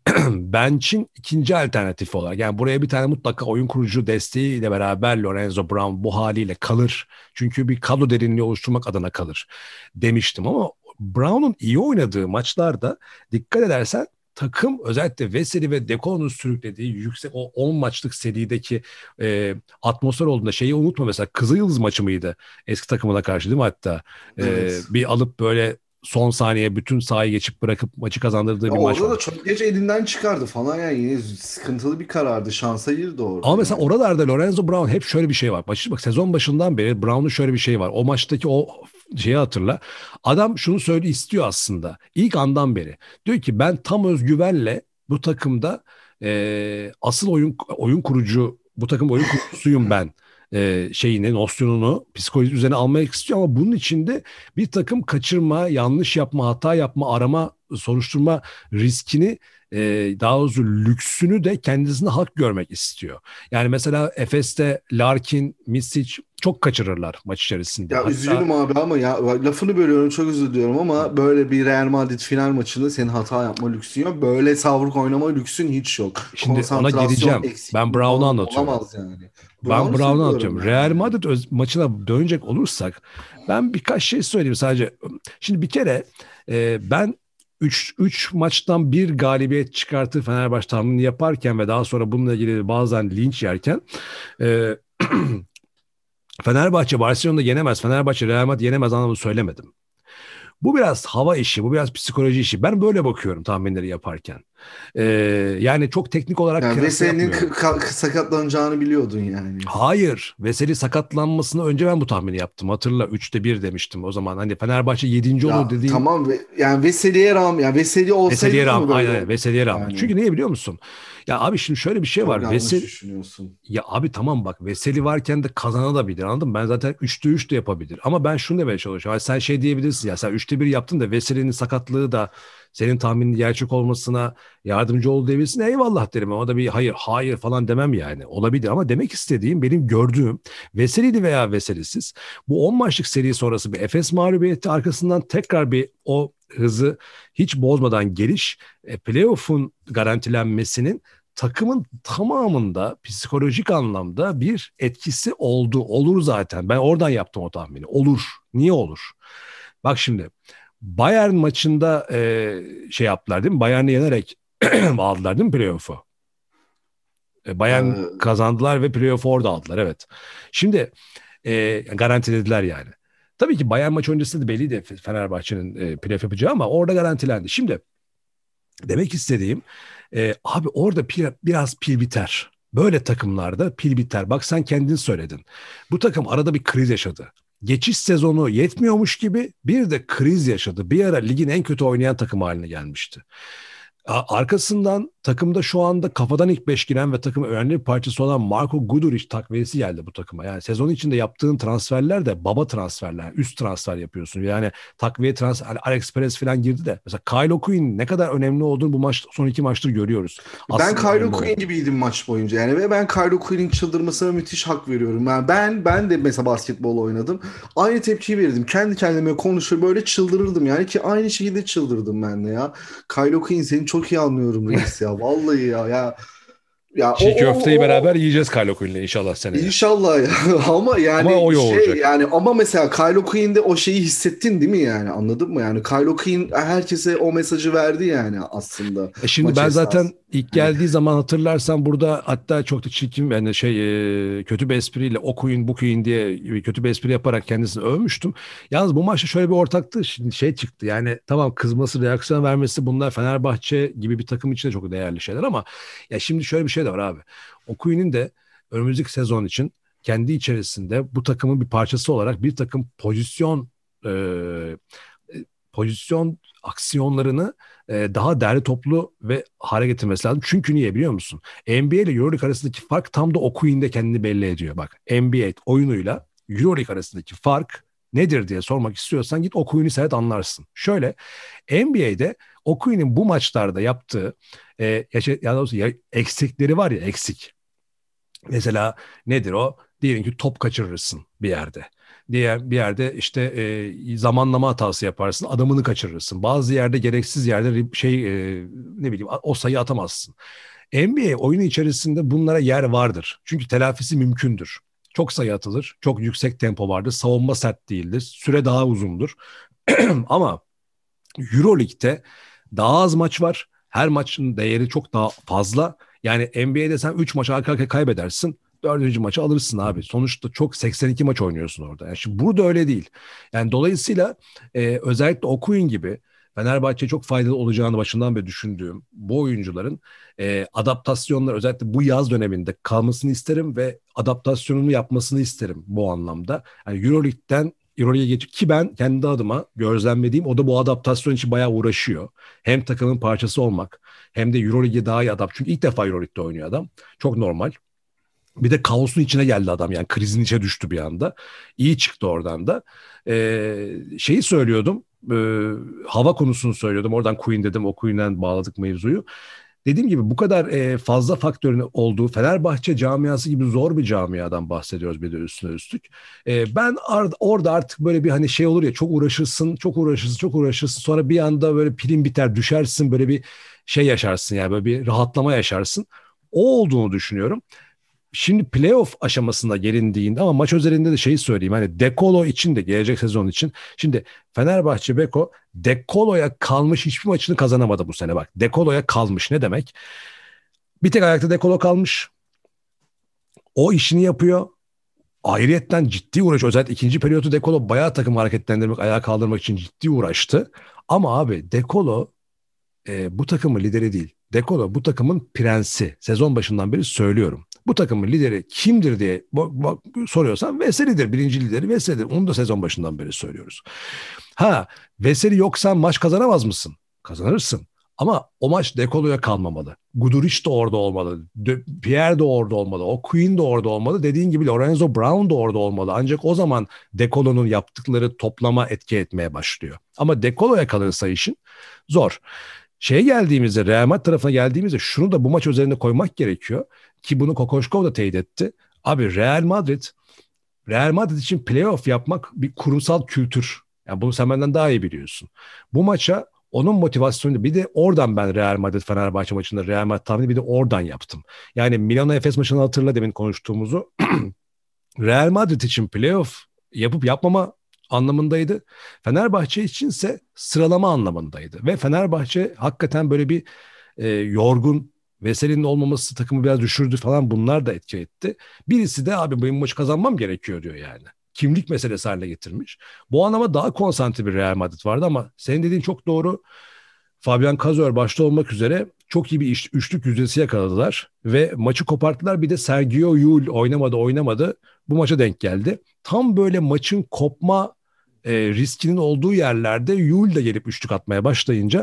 Bench'in ikinci alternatifi olarak yani buraya bir tane mutlaka oyun kurucu desteğiyle beraber Lorenzo Brown bu haliyle kalır. Çünkü bir kadro derinliği oluşturmak adına kalır demiştim ama Brown'un iyi oynadığı maçlarda dikkat edersen takım özellikle Veseli ve Deco'nun sürüklediği yüksek o on maçlık serideki e, atmosfer olduğunda şeyi unutma mesela Kızılyıldız maçı mıydı eski takımına karşı değil mi hatta? E,
Evet.
bir alıp böyle son saniye bütün sahayı geçip bırakıp maçı kazandırdığı
Ya
bir maç
orada
var.
da çok geç elinden çıkardı falan yani yine sıkıntılı bir karardı. Şansa girdi orada.
Ama mesela
yani.
oralarda Lorenzo Brown hep şöyle bir şey var. Başı, bak sezon başından beri Brown'un şöyle bir şey var. O maçtaki o şeyi hatırla. Adam şunu söyle istiyor aslında. İlk andan beri. Diyor ki ben tam özgüvenle bu takımda e, asıl oyun oyun kurucu bu takım oyun kurucusuyum ben e, şeyini, nosyonunu psikoloji üzerine almak istiyor ama bunun içinde bir takım kaçırma, yanlış yapma, hata yapma, arama, soruşturma riskini, e, daha doğrusu lüksünü de kendisine hak görmek istiyor. Yani mesela Efes'te Larkin, Misic çok kaçırırlar maç içerisinde.
Ya
Hatta...
üzgünüm abi ama ya lafını bölüyorum, çok özür diliyorum ama böyle bir Real Madrid final maçında senin hata yapma lüksün yok. Böyle savruk oynama lüksün hiç yok.
Şimdi ona geleceğim. Ben Brown'u anlatıyorum.
Olamaz yani.
Ben
Brown'u
Brown'u anlatıyorum.
yani.
Real Madrid öz- maçına dönecek olursak ben birkaç şey söyleyeyim sadece. Şimdi bir kere e, ben üç üç maçtan bir galibiyet çıkartıp Fenerbahçe tahminini yaparken ve daha sonra bununla ilgili bazen linç yerken e, Fenerbahçe Barcelona'da yenemez, Fenerbahçe Real Madrid yenemez anlamını söylemedim. Bu biraz hava işi, bu biraz psikoloji işi. Ben böyle bakıyorum tahminleri yaparken. Ee, yani çok teknik olarak
Yani
kıyasla
Veseli'nin
yapmıyorum.
k- k- sakatlanacağını biliyordun yani.
Hayır. Veseli sakatlanmasını önce ben bu tahmini yaptım. Hatırla üçte bir demiştim o zaman. Hani Fenerbahçe yedinci
Ya
olur dediğim.
tamam ve- yani Veseli'ye rağmen yani Veseli olsaydı
Veseli'ye
mı
rağmen.
böyle
Aynen
olurdu?
aynen. Veseli'ye rağmen.
Yani
Çünkü niye biliyor musun? Ya abi şimdi şöyle bir şey
çok
var.
yanlış
Veseli,
düşünüyorsun.
ya abi tamam bak Veseli varken de kazanabilir, anladın mı? Ben zaten üçte üç de yapabilir. Ama ben şunu demeye çalışıyorum. Yani sen şey diyebilirsin ya, sen üçte bir yaptın da Veseli'nin sakatlığı da senin tahminin gerçek olmasına yardımcı oldu diyebilirsin. Eyvallah derim. O da bir hayır hayır falan demem yani. Olabilir ama demek istediğim, benim gördüğüm Veseli'li veya Veselisiz bu on maçlık seri sonrası bir Efes mağlubiyeti arkasından tekrar bir o hızı hiç bozmadan geliş, e, playoff'un garantilenmesinin takımın tamamında psikolojik anlamda bir etkisi oldu. Olur zaten. Ben oradan yaptım o tahmini. Olur. Niye olur? Bak şimdi Bayern maçında e, şey yaptılar değil mi? Bayern'i yenerek aldılar değil mi playoff'u? E, Bayern
Ee,
kazandılar ve playoff'u orada aldılar, evet. Şimdi e, garantilediler yani. Tabii ki Bayern maçı öncesinde de belliydi Fenerbahçe'nin e, playoff yapacağı ama orada garantilendi. Şimdi demek istediğim, e, abi orada pil, biraz pil biter. Böyle takımlarda pil biter. Bak sen kendin söyledin. Bu takım arada bir kriz yaşadı. Geçiş sezonu yetmiyormuş gibi bir de kriz yaşadı. Bir ara ligin en kötü oynayan takım haline gelmişti. Arkasından takımda şu anda kafadan ilk beş giren ve takımın önemli bir parçası olan Marko Guduric takviyesi geldi bu takıma. Yani sezon içinde yaptığın transferler de baba transferler, üst transfer yapıyorsun. Yani takviye transfer, Alex Perez falan girdi de. Mesela Kyle O'Quinn ne kadar önemli olduğunu bu maç, son iki maçtır görüyoruz.
Ben Kyle O'Quinn
oldu.
gibiydim maç boyunca yani ve ben Kyle O'Quinn'in çıldırmasına müthiş hak veriyorum. Yani ben ben de mesela basketbol oynadım. Aynı tepkiyi verirdim. Kendi kendime konuşur böyle çıldırırdım yani ki aynı şekilde çıldırdım ben de ya. Kyle O'Quinn seni çok iyi anlıyorum reis ya. Vallahi ya ya. Ya
Çiğ
o,
köfteyi
o, o,
beraber yiyeceğiz Kyle O'Quinn'le inşallah seneye.
İnşallah ya. ama yani
Ama o
şey
olacak.
yani ama mesela Kyle O'Quinn'de o şeyi hissettin değil mi yani, anladın mı yani Kyle O'Quinn herkese o mesajı verdi yani aslında.
E şimdi
Maç
ben
esnasında.
zaten ilk geldiği zaman hatırlarsan burada hatta çok da çirkin yani şey e, kötü bir espriyle okuyun bukuyun diye bir kötü bir espri yaparak kendisini övmüştüm. Yalnız bu maçta şöyle bir ortaktı, şimdi şey çıktı yani tamam kızması, reaksiyon vermesi, bunlar Fenerbahçe gibi bir takım için de çok değerli şeyler ama ya şimdi şöyle bir şey de var abi. Okuyun'un de önümüzdeki sezon için kendi içerisinde bu takımın bir parçası olarak bir takım pozisyon e, pozisyon aksiyonlarını e, daha derli toplu ve hale getirmesi lazım. Çünkü niye biliyor musun? N B A ile EuroLeague arasındaki fark tam da Okuyun'da kendini belli ediyor. Bak N B A oyunuyla EuroLeague arasındaki fark nedir diye sormak istiyorsan git Okuyun'u seyret anlarsın. Şöyle N B A'de Okuyun'un bu maçlarda yaptığı e, yaşa, ya doğrusu ya, eksikleri var ya eksik. Mesela nedir o? Diyelim ki top kaçırırsın bir yerde. Diğer bir yerde işte e, zamanlama hatası yaparsın, adamını kaçırırsın. Bazı yerde gereksiz yerde şey e, ne bileyim o sayı atamazsın. N B A oyunu içerisinde bunlara yer vardır. Çünkü telafisi mümkündür. Çok sayı atılır, çok yüksek tempo vardır, savunma sert değildir, süre daha uzundur. Ama EuroLeague'de daha az maç var. Her maçın değeri çok daha fazla. Yani N B A'de sen üç maç arka arkaya kaybedersin. Dördüncü maçı alırsın abi. Sonuçta çok seksen iki maç oynuyorsun orada. Yani şimdi burada öyle değil. Yani dolayısıyla e, özellikle Okuyun gibi Fenerbahçe'ye çok faydalı olacağını başından beri düşündüğüm bu oyuncuların e, adaptasyonlar özellikle bu yaz döneminde kalmasını isterim ve adaptasyonunu yapmasını isterim bu anlamda. Yani EuroLeague'den EuroLeague'e geçip ki ben kendi adıma gözlemlediğim o da bu adaptasyon için bayağı uğraşıyor. Hem takımın parçası olmak hem de EuroLeague'e daha iyi adapt. Çünkü ilk defa EuroLeague'de oynuyor adam. Çok normal. Bir de kaosun içine geldi adam, yani krizin içine düştü bir anda. İyi çıktı oradan da. Ee, şeyi söylüyordum, e, hava konusunu söylüyordum. Oradan Queen dedim, o Queen'den bağladık mevzuyu. Dediğim gibi bu kadar e, fazla faktörün olduğu Fenerbahçe camiası gibi zor bir camiadan bahsediyoruz bir de üstüne üstlük. E, ben ar- orada artık böyle bir hani şey olur ya, çok uğraşırsın, çok uğraşırsın, çok uğraşırsın. Sonra bir anda böyle pilin biter, düşersin, böyle bir şey yaşarsın, yani böyle bir rahatlama yaşarsın. O olduğunu düşünüyorum. Şimdi playoff aşamasına gelindiğinde, ama maç özelinde de şeyi söyleyeyim. Hani Dekolo için de gelecek sezon için. Şimdi Fenerbahçe Beko Dekolo'ya kalmış hiçbir maçını kazanamadı bu sene bak. Dekolo'ya kalmış ne demek? Bir tek ayakta Dekolo kalmış. O işini yapıyor. Ayrıyetten ciddi uğraş. Özellikle ikinci periyodu Dekolo bayağı takım hareketlendirmek, ayağa kaldırmak için ciddi uğraştı. Ama abi Dekolo e, bu takımın lideri değil. Dekolo bu takımın prensi. Sezon başından beri söylüyorum. Bu takımın lideri kimdir diye bak, bak, soruyorsan Veseli'dir. Birinci lideri Veseli'dir. Onu da sezon başından beri söylüyoruz. Ha, Veseli yoksa maç kazanamaz mısın? Kazanırsın. Ama o maç Dekolo'ya kalmamalı. Guduric de orada olmalı. De, Pierre de orada olmalı. O Queen de orada olmalı. Dediğin gibi Lorenzo Brown da orada olmalı. Ancak o zaman Dekolo'nun yaptıkları toplama etki etmeye başlıyor. Ama Dekolo'ya kalırsa işin zor. Şeye geldiğimizde, Real Madrid tarafına geldiğimizde şunu da bu maç üzerine koymak gerekiyor ki bunu Kokoşkov da teyit etti. Abi Real Madrid Real Madrid için playoff yapmak bir kurumsal kültür. Yani bunu sen benden daha iyi biliyorsun. Bu maça onun motivasyonu, bir de oradan ben Real Madrid Fenerbahçe maçında Real Madrid tahmini bir de oradan yaptım. Yani Milano Efes maçını hatırla, demin konuştuğumuzu. Real Madrid için playoff yapıp yapmama anlamındaydı. Fenerbahçe içinse sıralama anlamındaydı. Ve Fenerbahçe hakikaten böyle bir e, yorgun, Veseli'nin olmaması takımı biraz düşürdü falan, bunlar da etki etti. Birisi de abi benim maçı kazanmam gerekiyor diyor yani. Kimlik meselesi haline getirmiş. Bu anlama daha konsantre bir Real Madrid vardı ama senin dediğin çok doğru. Fabian Cazor başta olmak üzere çok iyi bir iş, üçlük yüzdesi yakaladılar ve maçı koparttılar. Bir de Sergio Llull oynamadı oynamadı bu maça denk geldi. Tam böyle maçın kopma e, riskinin olduğu yerlerde Llull de gelip üçlük atmaya başlayınca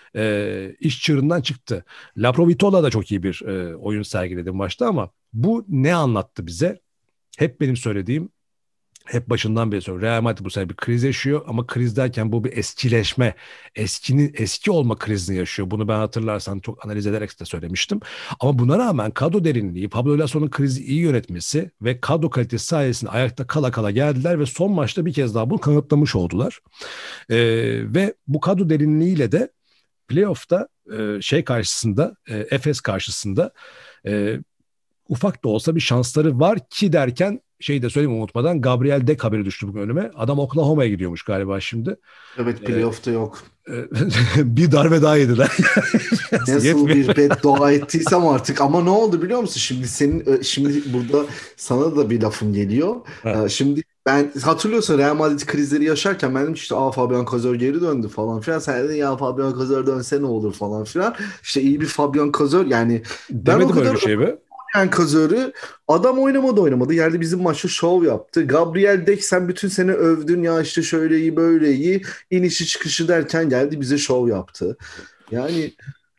e, iş çığırından çıktı. Laprovitola da çok iyi bir e, oyun sergiledi maçta ama bu ne anlattı bize? Hep benim söylediğim, hep başından beri söylüyorum. Real Madrid bu sene bir kriz yaşıyor ama kriz derken bu bir eskileşme, eskinin eski olma krizini yaşıyor. Bunu ben hatırlarsan çok analiz ederek de söylemiştim. Ama buna rağmen kadro derinliği, Pablo Lasso'nun krizi iyi yönetmesi ve kadro kalitesi sayesinde ayakta kala kala geldiler ve son maçta bir kez daha bunu kanıtlamış oldular. Ee, ve bu kadro derinliğiyle de playoff'ta e, şey karşısında, e, Efes karşısında e, ufak da olsa bir şansları var ki derken şeyi de söyleyeyim unutmadan, Gabriel Deck haberi düştü bugün önüme. Adam Oklahoma'ya gidiyormuş galiba şimdi.
Evet, playoff'ta ee, yok.
Bir darbe daha yediler.
Nasıl bir beddua ettiysem artık, ama ne oldu biliyor musun? Şimdi senin şimdi burada sana da bir lafım geliyor. Ha. Şimdi ben hatırlıyorsun Real Madrid krizleri yaşarken ben dedim işte aa Fabian Cazor geri döndü falan filan. Sen dedin ya Fabian Cazor dönse ne olur falan filan. İşte iyi bir Fabian Cazor yani.
Demedim ben o kadar öyle bir şey be.
Kazörü adam oynamadı oynamadı. Geldi bizim maçta şov yaptı. Gabriel Deck sen bütün sene övdün ya işte şöyle iyi böyle iyi. İnişi çıkışı derken geldi bize şov yaptı. Yani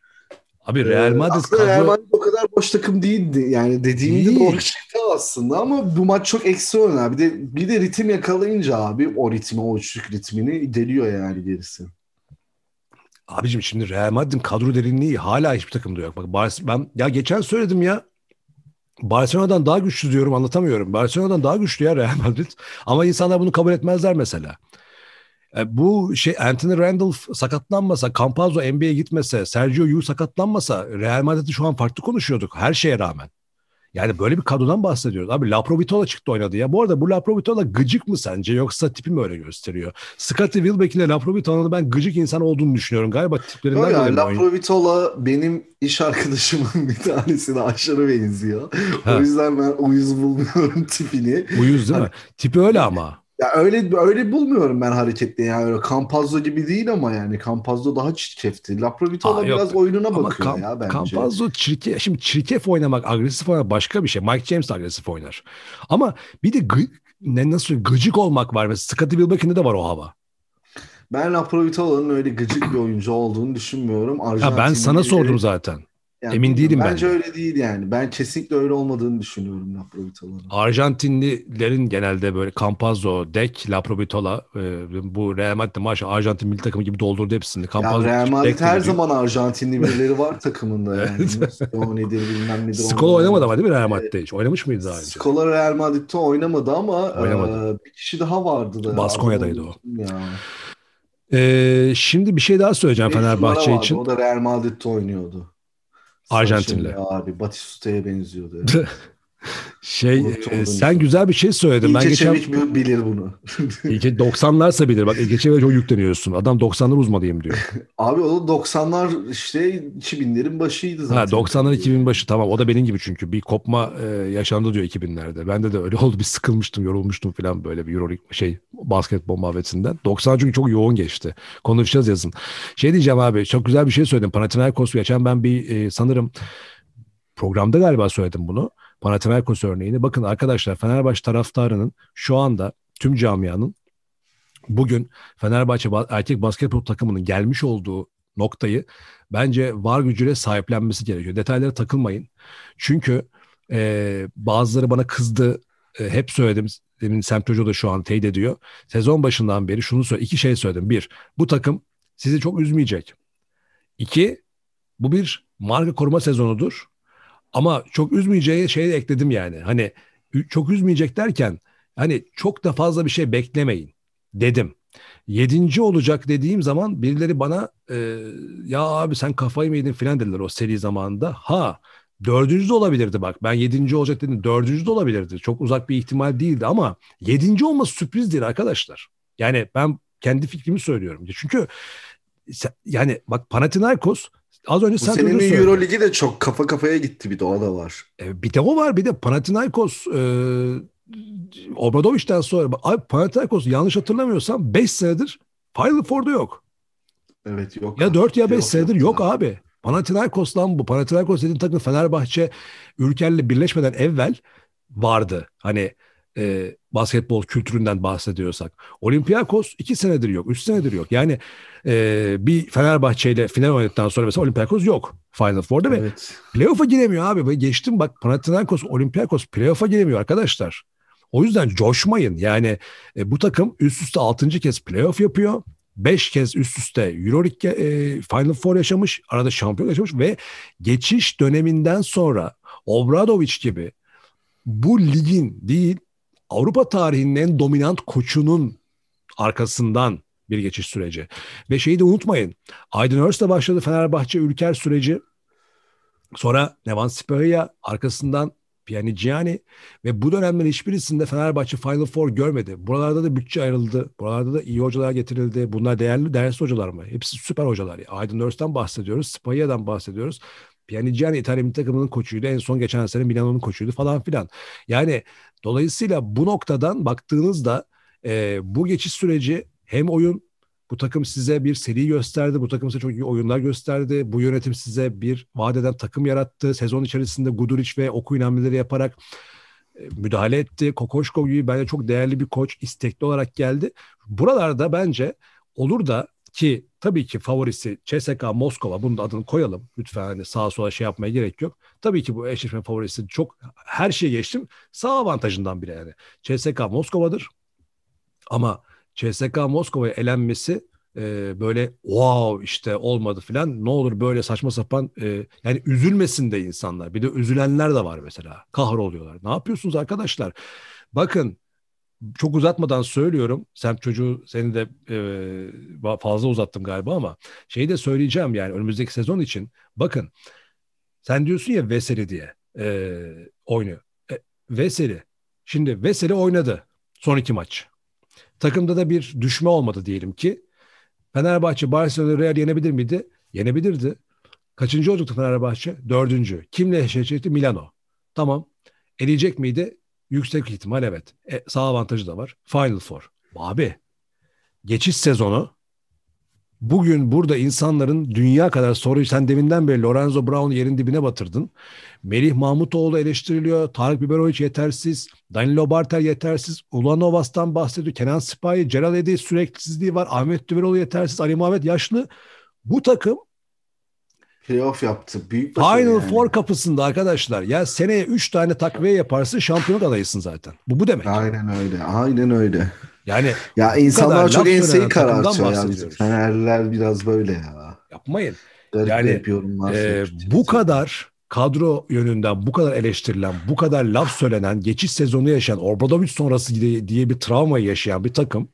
abi Real Madrid
aslında kadro... Real Madrid o kadar boş takım değildi. Yani dediğimde de doğru şeydi aslında ama bu maç çok eksi oynar. Bir de, bir de ritim yakalayınca abi o ritmi, o üçlük ritmini deliyor yani gerisi.
Abicim şimdi Real Madrid'in kadro derinliği hala hiçbir takımda yok. Bak ben ya geçen söyledim ya. Barcelona'dan daha güçlü diyorum, anlatamıyorum. Barcelona'dan daha güçlü ya Real Madrid. Ama insanlar bunu kabul etmezler mesela. E, bu şey Anthony Randolph sakatlanmasa, Campazzo N B A'ye gitmese, Sergio Llull sakatlanmasa Real Madrid'i şu an farklı konuşuyorduk her şeye rağmen. Yani böyle bir kadrodan bahsediyoruz. Abi Laprovitola çıktı oynadı ya. Bu arada bu Laprovitola gıcık mı sence yoksa tipi mi öyle gösteriyor? Scottie Wilbeck ile Laprovitola'nın ben gıcık insan olduğunu düşünüyorum. Galiba tiplerinden
dolayı. Laprovitola benim iş arkadaşımın bir tanesine aşırı benziyor. Ha. O yüzden ben uyuz bulmuyorum tipini.
Uyuz değil mi? Tipi öyle ama.
Ya öyle öyle bulmuyorum ben hareketli yani öyle Campazzo gibi değil ama yani Campazzo daha çirkefti. Laprovitola biraz oyununa ama bakıyor Camp, ya bence.
Campazzo çirkef, şimdi çirkef oynamak, agresif oynamak başka bir şey. Mike James de agresif oynar. Ama bir de gı, ne nasıl gıcık olmak var mesela Scottie Wilbeck'inde de var o hava.
Ben Laprovitola'nın öyle gıcık bir oyuncu olduğunu düşünmüyorum.
Ya ben sana sordum zaten.
Yani
Emin
bilmiyorum.
değilim ben
Bence
de.
öyle değil yani. Ben kesinlikle öyle olmadığını düşünüyorum La Provitola'nın.
Arjantinlilerin genelde böyle Campazzo, Dek, La Provitola, e, bu Real Madrid maçı Arjantin milli takımı gibi doldurdu hepsini.
Ya
Campazzo,
Real Madrid
Dek de
her
gidiyor.
zaman Arjantinli birileri var takımında yani.
Evet.
Mussione'dir bilmem nedir
Skola
onlar
oynamadı
var.
ama değil mi Real
Ee,
Madrid'de hiç? Oynamış mıydı daha önce?
Scola Real Madrid'de oynamadı ama
Oynamadı.
e, bir kişi daha vardı da adını
Baskonya'daydı o.
unuttum ya.
Ee, şimdi bir şey daha söyleyeceğim
beş numara
Fenerbahçe
vardı.
için.
O da Real Madrid'de oynuyordu. Sarışın
Arjantinli.
bir abi. Batistuta'ya benziyordu. Evet.
Şey,
Unuttum
e,
adını
sen
şu an.
güzel bir şey söyledin. Ben
İlke
geçen
Çevik bi- bilir bunu.
İlke doksanlarsa bilir. Bak İlke Çevik'e çok yükleniyorsun. Adam doksanlar uzmanıyım diyor.
Abi o doksanlar işte iki binlerin başıydı
Ha
zaten.
doksanlar iki bin başı tamam. O da benim gibi çünkü bir kopma e, yaşandı diyor iki binlerde. Bende de öyle oldu. Bir sıkılmıştım, yorulmuştum falan böyle bir Euroleague şey basketbol muhabbetinden. doksan çünkü çok yoğun geçti. Konuşacağız yazın. Şey diyeceğim abi, çok güzel bir şey söyledim. Panathinaikos geçen ben bir e, sanırım programda galiba söyledim bunu. Panathinaikos örneğini. Bakın arkadaşlar, Fenerbahçe taraftarının şu anda tüm camianın bugün Fenerbahçe ba- erkek basketbol takımının gelmiş olduğu noktayı bence var gücüyle sahiplenmesi gerekiyor. Detaylara takılmayın. Çünkü e, bazıları bana kızdı. E, hep söyledim. Demin Semt Hoca da şu an teyit ediyor. Sezon başından beri şunu söyle, iki şey söyledim. Bir, bu takım sizi çok üzmeyecek. İki, bu bir marka koruma sezonudur. Ama çok üzmeyeceği şeyi de ekledim yani. Hani ü- çok üzmeyecek derken hani çok da fazla bir şey beklemeyin dedim. Yedinci olacak dediğim zaman birileri bana e, ya abi sen kafayı mı yedin falan dediler o seri zamanında. Ha, dördüncü de olabilirdi bak. Ben yedinci olacak dedim. Dördüncü de olabilirdi. Çok uzak bir ihtimal değildi ama yedinci olması sürpriz değil arkadaşlar. Yani ben kendi fikrimi söylüyorum. Çünkü se- yani bak Panathinaikos az önce
Bu
sen
senenin
çocuğu söyledin.
Euroligi de çok kafa kafaya gitti, bir de o da var.
E, bir de o var, bir de Panathinaikos e, Obradoviç'ten sonra abi Panathinaikos yanlış hatırlamıyorsam beş senedir Final Four'da yok.
Evet yok
Ya dört ya
abi.
beş
Yok
senedir
yok
yok
zaten.
abi. Panathinaikos lan bu. Panathinaikos dediğin takım Fenerbahçe Ülker'le birleşmeden evvel vardı. Hani e, basketbol kültüründen bahsediyorsak. Olympiakos iki senedir yok. Üç senedir yok. Yani e, bir Fenerbahçe ile final oynadıktan sonra mesela Olympiakos yok Final Four'da ve
Evet.
playoff'a giremiyor abi. Ve geçtim bak Panathinaikos, Olympiakos playoff'a giremiyor arkadaşlar. O yüzden coşmayın. Yani e, bu takım üst üste altıncı kez playoff yapıyor. Beş kez üst üste Euroleague e, Final Four yaşamış. Arada şampiyon yaşamış ve geçiş döneminden sonra Obradović gibi bu ligin değil Avrupa tarihinin en dominant koçunun arkasından bir geçiş süreci. Ve şeyi de unutmayın. Aydın Öz'le başladı Fenerbahçe Ülker süreci. Sonra Nevan Sipahiya, arkasından Pjanigiani ve bu dönemlerin hiçbirisinde Fenerbahçe Final Four görmedi. Buralarda da bütçe ayrıldı. Buralarda da iyi hocalar getirildi. Bunlar değerli, değersiz hocalar mı? Hepsi süper hocalar. Aydın Öz'ten bahsediyoruz. Sipahiya'dan bahsediyoruz. Pjanigiani İtalya milli takımının koçuydu. En son geçen sene Milano'nun koçuydu falan filan. Yani dolayısıyla bu noktadan baktığınızda e, bu geçiş süreci hem oyun, bu takım size bir seri gösterdi. Bu takım size çok iyi oyunlar gösterdi. Bu yönetim size bir vadeden takım yarattı. Sezon içerisinde Guduric ve Okuyun hamleleri yaparak e, müdahale etti. Kokoşko gibi bence çok değerli bir koç, istekli olarak geldi. Buralarda bence olur da ki tabii ki favorisi C S K A Moskova, bunun da adını koyalım. Lütfen hani sağa sola şey yapmaya gerek yok. Tabii ki bu eşleşme favorisi çok, her şeyi geçtim. Sağ avantajından bile yani. C S K A Moskova'dır. Ama C S K A Moskova'ya elenmesi e, böyle wow işte olmadı falan. Ne olur böyle saçma sapan e, yani üzülmesin de insanlar. Bir de üzülenler de var mesela. Kahroluyorlar. Ne yapıyorsunuz arkadaşlar? Bakın, çok uzatmadan söylüyorum. Sen çocuğu seni de e, fazla uzattım galiba ama şeyi de söyleyeceğim yani önümüzdeki sezon için. Bakın, sen diyorsun ya Veseli diye e, oynuyor. E, Veseli. Şimdi Veseli oynadı son iki maç. Takımda da bir düşme olmadı diyelim ki. Fenerbahçe Barcelona Real yenebilir miydi? Yenebilirdi. Kaçıncı olacaktı Fenerbahçe? Dördüncü. Kimle eşleşecekti? Milano. Tamam. Eleyecek miydi? Yüksek ihtimal evet. E, sağ avantajı da var. Final Four. Abi, geçiş sezonu bugün burada insanların dünya kadar soruyu, sen deminden beri Lorenzo Brown'u yerin dibine batırdın. Melih Mahmutoğlu eleştiriliyor. Tarık Biberovic yetersiz. Danilo Bartel yetersiz. Ulanovas'tan bahsediyor. Kenan Sipahi, Celal Edey süreksizliği var. Ahmet Düveroğlu yetersiz. Ali Muhammed yaşlı. Bu takım
Playoff yaptı. Büyük başarı
Final
yani.
Four kapısında arkadaşlar. Ya seneye üç tane takviye yaparsın, şampiyonluk adayısın zaten. Bu bu demek.
Aynen öyle. Aynen öyle.
Yani
ya
bu
insanlar
kadar
çok
laf
enseyi
söylenen takımdan
karartıyor ya. Bizim
bahsediyoruz.
Fenerliler biraz böyle ya.
Yapmayın.
Garip
Yani
garip yorumlar
e,
söylüyor.
bu kadar kadro yönünden bu kadar eleştirilen, bu kadar laf söylenen, geçiş sezonu yaşayan, Obradovic sonrası diye, diye bir travmayı yaşayan bir takım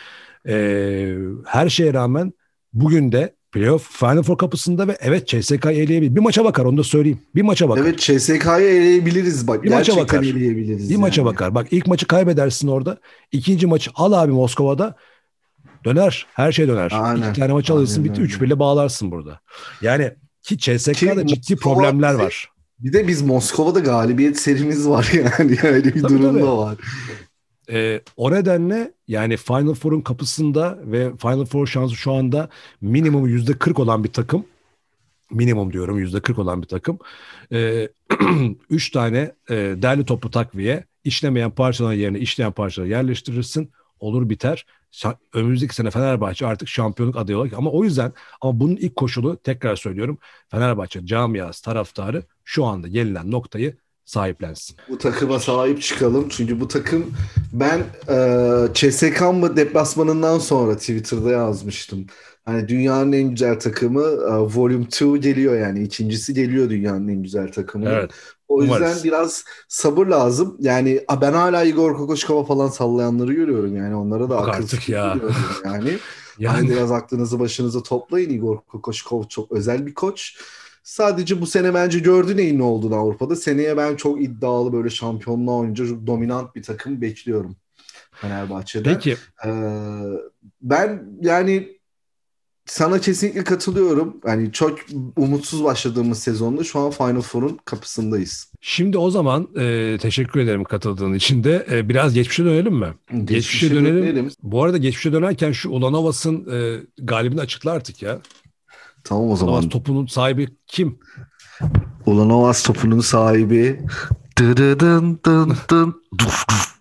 e, her şeye rağmen bugün de playoff Final Four kapısında ve evet C S K'yı eleyebilir. Bir maça bakar, onu da söyleyeyim. Bir maça bakar.
Evet, C S K'yı eleyebiliriz bak.
Bir maça
Gerçekten
bakar.
eleyebiliriz
Bir
yani.
maça bakar. Bak ilk maçı kaybedersin orada. İkinci maçı al abi Moskova'da. Döner. Her şey döner.
Aynen.
İki tane maç alırsın,
Aynen
bitti.
öyle.
üç birle bağlarsın burada. Yani ki C S K'da
Ki
ciddi
Moskova
problemler
bize-
var.
Bir de biz Moskova'da galibiyet serimiz var yani. Öyle bir
Tabii,
durum
tabii.
da var.
Ee, o nedenle yani Final Four'un kapısında ve Final Four şansı şu anda minimum yüzde kırk olan bir takım. Minimum diyorum, yüzde kırk olan bir takım. Ee, üç tane e, derli toplu takviye, işlemeyen parçaların yerine işleyen parçaları yerleştirirsin. Olur biter. Şa- Önümüzdeki sene Fenerbahçe artık şampiyonluk adayı olacak. Ama o yüzden ama bunun ilk koşulu, tekrar söylüyorum, Fenerbahçe camiası, taraftarı şu anda gelinen noktayı sahiplensin.
Bu takıma sahip çıkalım. Çünkü bu takım, ben e, C S K mı deplasmanından sonra Twitter'da yazmıştım. Hani dünyanın en güzel takımı e, Volume iki geliyor yani. İkincisi geliyor dünyanın en güzel takımı.
Evet.
O yüzden
Umarız.
biraz sabır lazım. Yani a, ben hala Igor Kokoşkova falan sallayanları görüyorum yani. Onlara da
Yok
akıl
artık
fikir
ya.
veriyorum yani.
Yani
Hani biraz aklınızı başınıza toplayın. Igor Kokoşkov çok özel bir koç. Sadece bu sene bence gördü neyin ne olduğunu Avrupa'da. Seneye ben çok iddialı, böyle şampiyonluğa oynayınca çok dominant bir takım bekliyorum Fenerbahçe'den.
peki
Ee, ben yani sana kesinlikle katılıyorum. Yani çok umutsuz başladığımız sezonda şu an Final Four'un kapısındayız.
şimdi o zaman e, teşekkür ederim katıldığın için de. E, biraz geçmişe dönelim mi? Geçmişe dönelim.
dönelim.
Bu arada geçmişe dönerken şu Ulanovas'ın e, galibini açıkla artık ya.
Tamam o
Ulanovas
zaman.
topunun sahibi kim?
Ulanovas topunun sahibi. Dırıdın dın dın duf duf.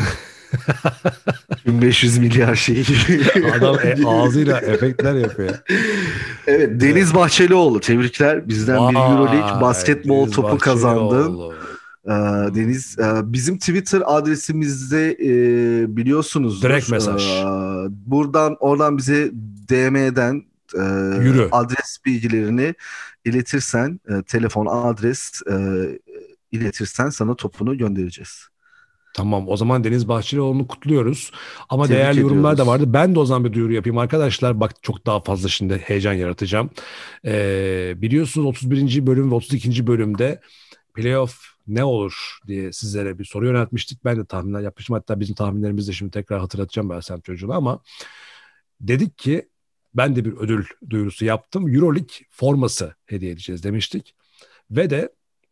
bin beş yüz milyar şey gibi.
Adam e, ağzıyla efektler yapıyor.
Evet, Deniz Bahçelioğlu, tebrikler. Bizden bir
Vay,
Euroleague basketbol
Deniz
topu kazandın.
Bahçelioğlu.
Ee, Deniz, e, bizim Twitter adresimizde e, biliyorsunuzdur.
Direkt mesaj.
Ee, buradan oradan bize D M'den e,
Yürü.
adres bilgilerini iletirsen, e, telefon, adres e, iletirsen sana topunu göndereceğiz.
Tamam, o zaman Deniz Bahçelioğlu'nu kutluyoruz. Ama
Tebrik
değerli yorumlar da
ediyoruz.
vardı. Ben de o zaman bir duyuru yapayım arkadaşlar. Bak çok daha fazla şimdi heyecan yaratacağım. Ee, biliyorsunuz otuz birinci bölüm ve otuz ikinci bölümde playoff ne olur diye sizlere bir soru yöneltmiştik. Ben de tahminler yapmıştım. Hatta bizim tahminlerimizi de şimdi tekrar hatırlatacağım ben Semt çocuğuna, ama dedik ki ben de bir ödül duyurusu yaptım. Euroleague forması hediye edeceğiz demiştik. Ve de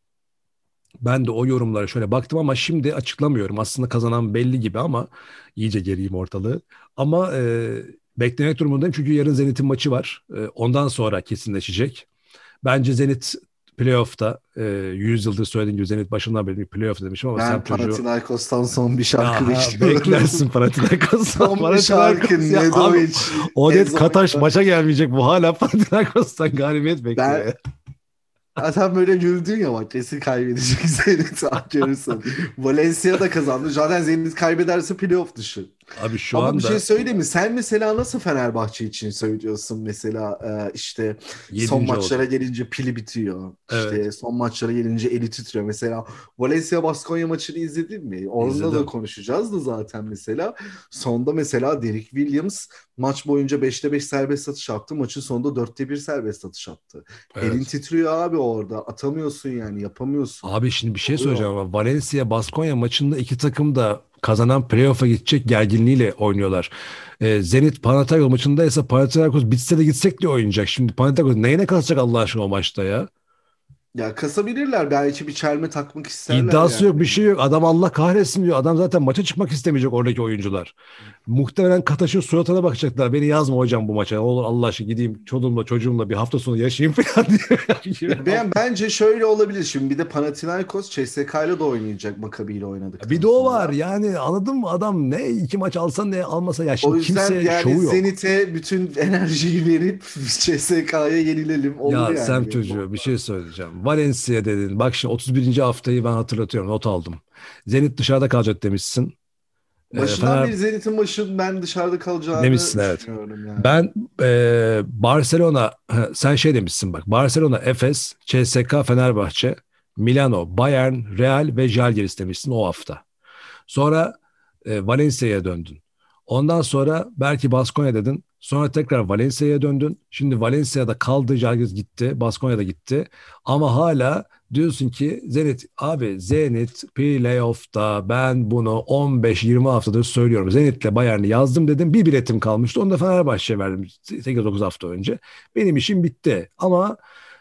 ben de o yorumlara şöyle baktım ama şimdi açıklamıyorum. Aslında kazanan belli gibi ama iyice geriyim ortalığı. Ama e, beklemek durumundayım çünkü yarın Zenit'in maçı var. E, ondan sonra kesinleşecek. Bence Zenit playoff'ta, e, yüz yıldır söylediğim gibi Zenit başından beri bir playoff demişim ama
Ben
sen çocuğu...
Panathinaikos'tan son bir şarkı
Aha,
bekliyorum.
beklersin Panathinaikos'tan.
Son bir şarkı Nedovic.
Odet Kataş maça gelmeyecek, bu hala Panathinaikos'tan galibiyet bekliyor.
Ben-
ya.
Zaten böyle güldün ya, bak kesin kaybedecek Zenit. Görürsün. Valencia da kazandı. Zaten Zenit kaybederse playoff dışı.
Abi şu
Ama
anda
bir şey söyleyeyim mi? Sen mesela nasıl Fenerbahçe için söylüyorsun mesela, e, işte
yedinci
son
oldu.
maçlara gelince pili bitiyor. İşte
Evet.
son maçlara gelince eli titriyor. Mesela Valencia Baskonya maçını izledin mi? Orada
İzledim.
da konuşacağız da zaten mesela. Sonda mesela Derek Williams maç boyunca beşte beş serbest atış attı. Maçın sonunda dörtte bir serbest atış attı.
Evet.
Elin titriyor abi orada. Atamıyorsun yani, yapamıyorsun.
Abi şimdi bir şey
Oluyor.
söyleyeceğim ama Valencia Baskonya maçında iki takım da kazanan playoff'a gidecek gerginliğiyle oynuyorlar. Ee, Zenit Panathinaikos maçında ise Panathinaikos bitse de gitsek diye oynayacak. Şimdi Panathinaikos neyine kalacak Allah aşkına o maçta ya?
Ya kasabilirler. Belki bir çelme takmak isterler
İddiası
yani.
yok, bir şey yok. Adam Allah kahretsin diyor. Adam zaten maça çıkmak istemeyecek oradaki oyuncular. Muhtemelen Kataş'ın suratına bakacaklar. Beni yazma hocam bu maça. Olur Allah aşkına gideyim çoluğumla çocuğumla bir hafta sonu yaşayayım falan diye.
Ben, bence şöyle olabilir. Şimdi bir de Panathinaikos C S K ile de oynayacak, Maccabi ile oynadıktan
Bir de o
sonra.
var yani, anladın mı, adam ne iki maç alsa ne almasa ya,
O
şimdi
yüzden
kimse
yani
şovu yok.
Zenit'e bütün enerjiyi verip C S K'ya yenilelim. Olur
Ya
yani.
Sem çocuğu bir şey söyleyeceğim. Valencia dedin. Bak şimdi otuz birinci haftayı ben hatırlatıyorum. Not aldım. Zenit dışarıda kalacak demişsin. Ee,
Başından
Fener
beri Zenit'in başının ben dışarıda kalacağını
demişsin, evet.
düşünüyorum yani.
Ben e, Barcelona, sen şey demişsin bak. Barcelona, Efes, C S K, Fenerbahçe, Milano, Bayern, Real ve Žalgiris demişsin o hafta. Sonra e, Valencia'ya döndün. Ondan sonra belki Baskonya dedin. Sonra tekrar Valencia'ya döndün. Şimdi Valencia'da kaldı, Žalgiris gitti, Baskonya'da gitti. Ama hala diyorsun ki Zenit, abi Zenit playoff'ta, ben bunu on beş yirmi haftadır söylüyorum. Zenit'le Bayern'i yazdım dedim. Bir biletim kalmıştı. Onu da Fenerbahçe'ye verdim sekiz dokuz hafta önce. Benim işim bitti. Ama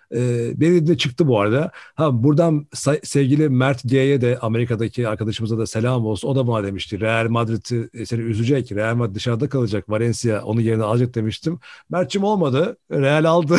e, benim de çıktı bu arada. Ha, buradan say- sevgili Mert G'ye de, Amerika'daki arkadaşımıza da selam olsun. O da bana demişti. Real Madrid'i e, seni üzecek. Real Madrid dışarıda kalacak. Valencia onun yerine alacak demiştim. Mert'cim olmadı. Real aldı.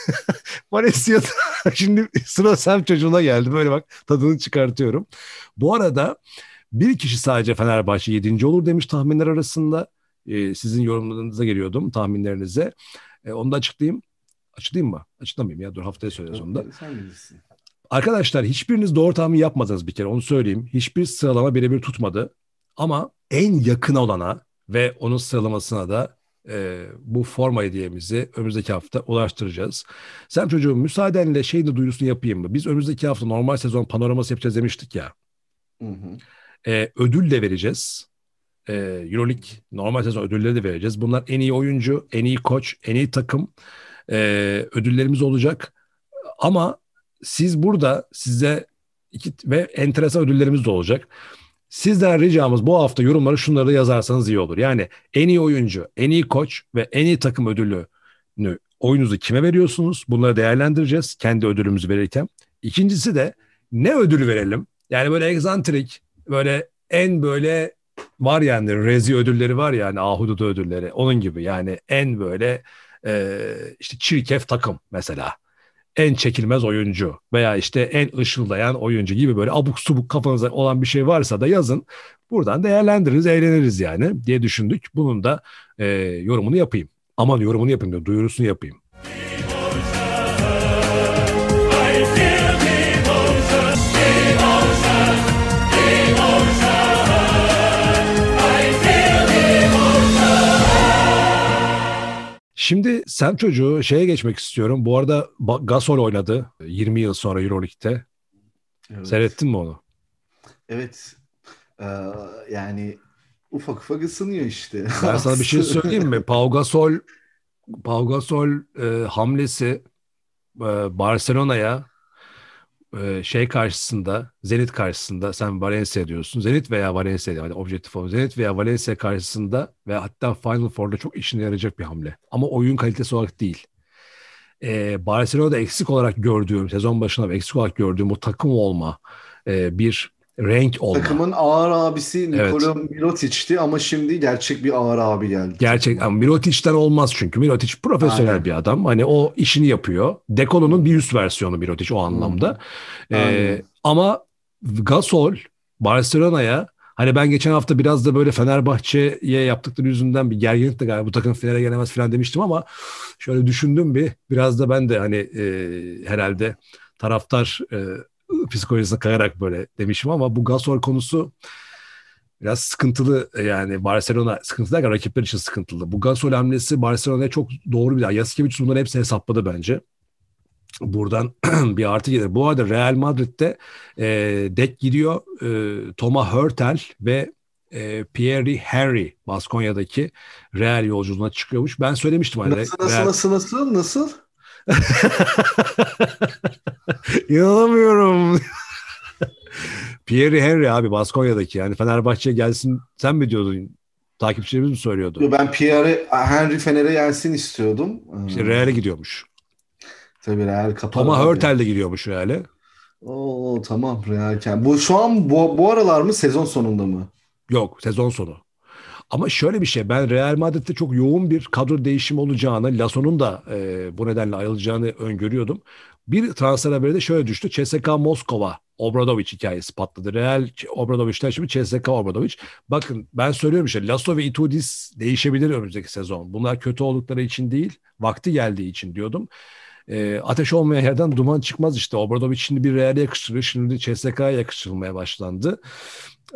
Valencia'da şimdi sıra Sem çocuğuna geldi. Böyle bak, tadını çıkartıyorum. Bu arada bir kişi sadece Fenerbahçe yedinci olur demiş tahminler arasında. E, sizin yorumlarınıza geliyordum, tahminlerinize. E, onu da açıklayayım. Açıklayayım mı? Açıklamayayım ya. Dur, haftaya söyleriz onu da.
Sen bilirsin.
Arkadaşlar hiçbiriniz doğru tahmin yapmadınız, bir kere onu söyleyeyim. Hiçbir sıralama birebir tutmadı. Ama en yakın olana ve onun sıralamasına da e, bu forma hediyemizi önümüzdeki hafta ulaştıracağız. Sen çocuğum, müsaadenle şeyin de duyurusunu yapayım mı? Biz önümüzdeki hafta normal sezon panoraması yapacağız demiştik ya.
Hı hı.
E, ödül de vereceğiz. E, Euroleague normal sezon ödülleri de vereceğiz. Bunlar en iyi oyuncu, en iyi koç, en iyi takım e, ödüllerimiz olacak. Ama siz burada, size iki ve enteresan ödüllerimiz de olacak. Sizden ricamız bu hafta yorumlara şunları da yazarsanız iyi olur. Yani en iyi oyuncu, en iyi koç ve en iyi takım ödülünü, oyunuzu kime veriyorsunuz? Bunları değerlendireceğiz kendi ödülümüzü verirken. İkincisi de ne ödül verelim? Yani böyle egzantrik, böyle en böyle var yani, rezi ödülleri var yani, ahududu ödülleri. Onun gibi yani, en böyle e, işte çirkef takım mesela. En çekilmez oyuncu veya işte en ışıldayan oyuncu gibi böyle abuk subuk kafanıza olan bir şey varsa da yazın. Buradan değerlendiririz, eğleniriz yani diye düşündük. Bunun da e, yorumunu yapayım. Aman yorumunu yapayım diyor, duyurusunu yapayım. Şimdi Sem çocuğu şeye geçmek istiyorum. Bu arada Gasol oynadı yirmi yıl sonra Euroleague'de.
Evet.
Seyrettin mi onu?
Evet. Ee, yani ufak ufak ısınıyor işte.
Ben sana bir şey söyleyeyim mi? Pau Gasol, Pau Gasol e, hamlesi e, Barcelona'ya e, şey karşısında, Zenit karşısında, sen Valencia diyorsun. Zenit veya Valencia, yani objektif olarak Zenit veya Valencia karşısında ve hatta Final Four'da çok işine yarayacak bir hamle. Ama oyun kalitesi olarak değil. E, Barcelona'da eksik olarak gördüğüm, sezon başında eksik olarak gördüğüm o takım olma, e, bir renk olma.
Takımın ağır abisi Nikola
Evet.
Mirotic'ti ama şimdi gerçek bir ağır abi geldi.
Gerçek, ama Mirotic'ten olmaz çünkü. Mirotic profesyonel
Aynen.
bir adam. Hani o işini yapıyor. Dekolo'nun bir üst versiyonu Mirotic o anlamda.
Hmm.
Ee, ama Gasol Barcelona'ya, hani ben geçen hafta biraz da böyle Fenerbahçe'ye yaptıkları yüzünden bir gerginlik de galiba bu takım finale gelemez falan demiştim ama şöyle düşündüm bir, biraz da ben de hani e, herhalde taraftar e, psikolojisine kayarak böyle demişim ama bu Gasol konusu biraz sıkıntılı yani. Barcelona sıkıntılı derken rakipler için sıkıntılı. Bu Gasol hamlesi Barcelona'ya çok doğru bir. Yasikevicius bunların hepsini hesapladı bence. Buradan bir artı gelir. Bu arada Real Madrid'de e, dek gidiyor. E, Thomas Hurtel ve e, Pierre Henry Baskonya'daki Real yolculuğuna çıkıyormuş. Ben söylemiştim. Hani
Nasıl nasıl
Real...
nasıl nasıl nasıl?
İnanamıyorum. Pierre Henry abi Baskonya'daki, yani Fenerbahçe'ye gelsin sen mi diyordun? Takipçilerimiz mi söylüyordu?
Ben Pierre Henry Fener'e gelsin istiyordum.
İşte Real'e gidiyormuş.
Tabii Real kapar
Thomas
abi.
Hurtel de giriyormuş Real'e.
Oo tamam Real. Bu şu an bu, bu aralar mı sezon sonunda mı?
Yok, sezon sonu. Ama şöyle bir şey, ben Real Madrid'de çok yoğun bir kadro değişimi olacağını, Lasso'nun da e, bu nedenle ayrılacağını öngörüyordum. Bir transfer haberi de şöyle düştü. C S K A Moskova Obradovic hikayesi patladı. Real Obradovic'ten şimdi C S K A Obradovic. Bakın ben söylüyorum işte, Lasso ve Itudis değişebilir önümüzdeki sezon. Bunlar kötü oldukları için değil, vakti geldiği için diyordum. E, ateş olmayan yerden duman çıkmaz işte. Obradovic şimdi bir Real'e yakıştırıyor. Şimdi C S K A'ya yakıştırılmaya başlandı. Ee,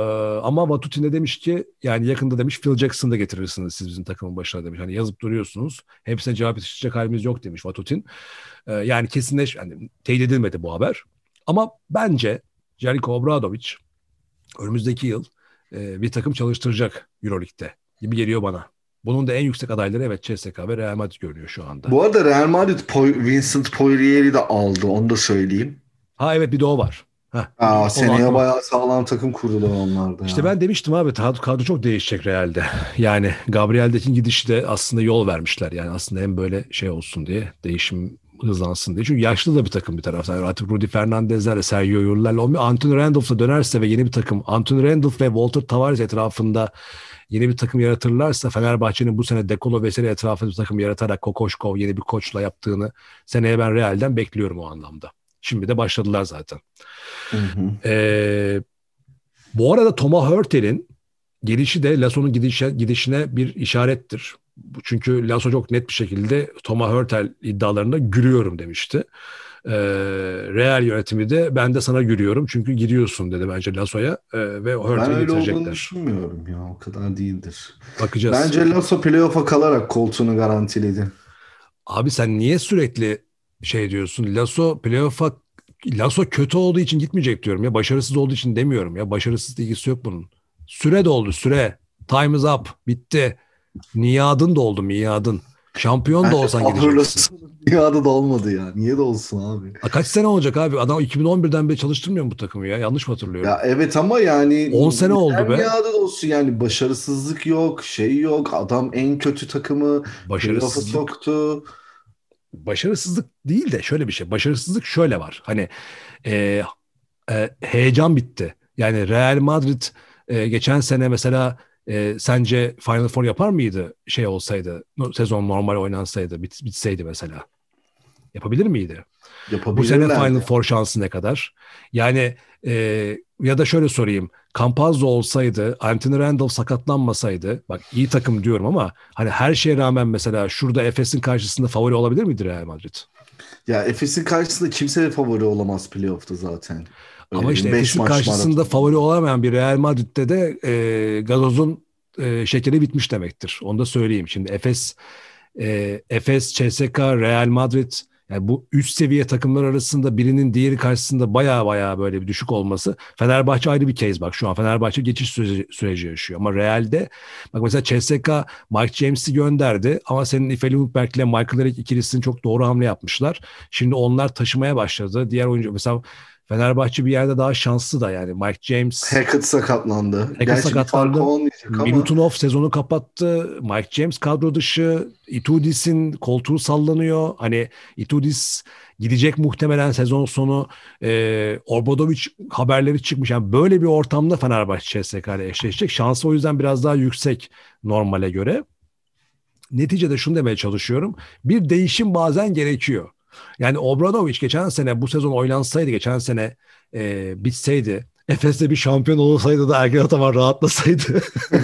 ama Vatutin de demiş ki, yani yakında demiş Phil Jackson'ı da getirirsiniz siz bizim takımın başına demiş. Hani yazıp duruyorsunuz. Hepsine cevap yetiştirecek halimiz yok demiş Vatutin. Ee, yani kesinleş, yani teyit edilmedi bu haber. Ama bence Željko Obradovic önümüzdeki yıl e, bir takım çalıştıracak Euroleague'de gibi geliyor bana. Bunun da en yüksek adayları evet C S K A ve Real Madrid görünüyor şu anda.
Bu arada Real Madrid Poy- Vincent Poirieri de aldı. Onu da söyleyeyim.
Ha evet, bir de o var. Heh,
Aa,
onu
seneye
aklıma-
bayağı sağlam takım kurdular onlar da
İşte
ya.
ben demiştim abi, kadro, kadro çok değişecek Real'de. Yani Gabriel'deki gidişi de aslında yol vermişler. Yani aslında hem böyle şey olsun diye, değişim hızlansın diye. Çünkü yaşlı da bir takım bir taraftan. Yani artık Rudy Fernandez'lerle, Sergio Yul'lerle olmuyor. Anthony Randolph'la dönerse ve yeni bir takım, Anthony Randolph ve Walter Tavares etrafında yeni bir takım yaratırlarsa, Fenerbahçe'nin bu sene Dekolo vesaire etrafında bir takım yaratarak Kokoşkov yeni bir koçla yaptığını seneye ben Real'den bekliyorum o anlamda. Şimdi de başladılar zaten.
Hı hı.
Ee, bu arada Thomas Hurtel'in gelişi de Lasso'nun gidişe, gidişine bir işarettir. Çünkü Lasso çok net bir şekilde Thomas Hurtel iddialarında gülüyorum demişti. Ee, Real yönetimi de ben de sana gülüyorum çünkü gidiyorsun dedi bence Lasso'ya ee, ve
Ben
Hurtel'i
öyle olduğunu
getirecekler.
düşünmüyorum ya. O kadar değildir.
Bakacağız.
Bence Lasso playoff'a kalarak koltuğunu garantiledi.
Abi sen niye sürekli şey diyorsun? Lasso playoff'a, Lasso kötü olduğu için gitmeyecek diyorum ya. Başarısız olduğu için demiyorum ya. Başarısız ilgisi yok bunun. Süre doldu, süre. Time is up. Bitti. Niyadın doldu, niyadın. Şampiyon da
Bence
olsan
Power
gideceksin.
Lasso'nun dünyada da olmadı ya. Niye de olsun abi?
Ha, kaç sene olacak abi? Adam iki bin on birden beri çalıştırmıyor mu bu takımı ya? Yanlış mı hatırlıyorum?
Ya evet ama yani
on sene oldu
neden
be.
dünyada da olsun yani başarısızlık yok, şey yok. Adam en kötü takımı playoff'a
Başarısızlık.
soktu.
Başarısızlık değil de şöyle bir şey. Başarısızlık şöyle var. Hani e, e, heyecan bitti. Yani Real Madrid e, geçen sene mesela e, sence Final Four yapar mıydı şey olsaydı, no- sezon normal oynansaydı, bit, bitseydi mesela? Yapabilir miydi? Bu sene Final
Yapabilirlerdi.
Four şansı ne kadar? Yani e, ya da şöyle sorayım. Campazzo olsaydı, Anthony Randolph sakatlanmasaydı, bak iyi takım diyorum ama hani her şeye rağmen mesela şurada Efes'in karşısında favori olabilir miydi Real Madrid?
Ya Efes'in karşısında kimse de favori olamaz playoff'ta zaten.
Ama
Öyle
işte
beş
Efes'in
maç
karşısında
maraton.
favori olamayan bir Real Madrid'de de e, gazozun e, şekeri bitmiş demektir. Onu da söyleyeyim. Şimdi Efes, e, Efes, C S K A, Real Madrid, yani bu üst seviye takımlar arasında birinin diğeri karşısında baya baya böyle bir düşük olması. Fenerbahçe ayrı bir case bak şu an. Fenerbahçe geçiş süreci, süreci yaşıyor. Ama Real'de bak mesela C S K A Mike James'i gönderdi ama senin Ife Lundberg ile Michael Eric ikilisinin çok doğru hamle yapmışlar. Şimdi onlar taşımaya başladı. Diğer oyuncu mesela Fenerbahçe bir yerde daha şanslı da, yani Mike James
Hackett sakatlandı.
Hackett
Gerçi bir
sakatlandı.
farkı olmayacak ama
Milutinov sezonu kapattı. Mike James kadro dışı. Itudis'in koltuğu sallanıyor. Hani Itudis gidecek muhtemelen sezon sonu. E, Obradovic haberleri çıkmış. Yani böyle bir ortamda Fenerbahçe C S K ile eşleşecek. Şansı o yüzden biraz daha yüksek normale göre. Neticede şunu demeye çalışıyorum. Bir değişim bazen gerekiyor. Yani Obradovic geçen sene bu sezon oynansaydı, geçen sene e, bitseydi, Efes'te bir şampiyon olsaydı da Ergin Ataman rahatlasaydı.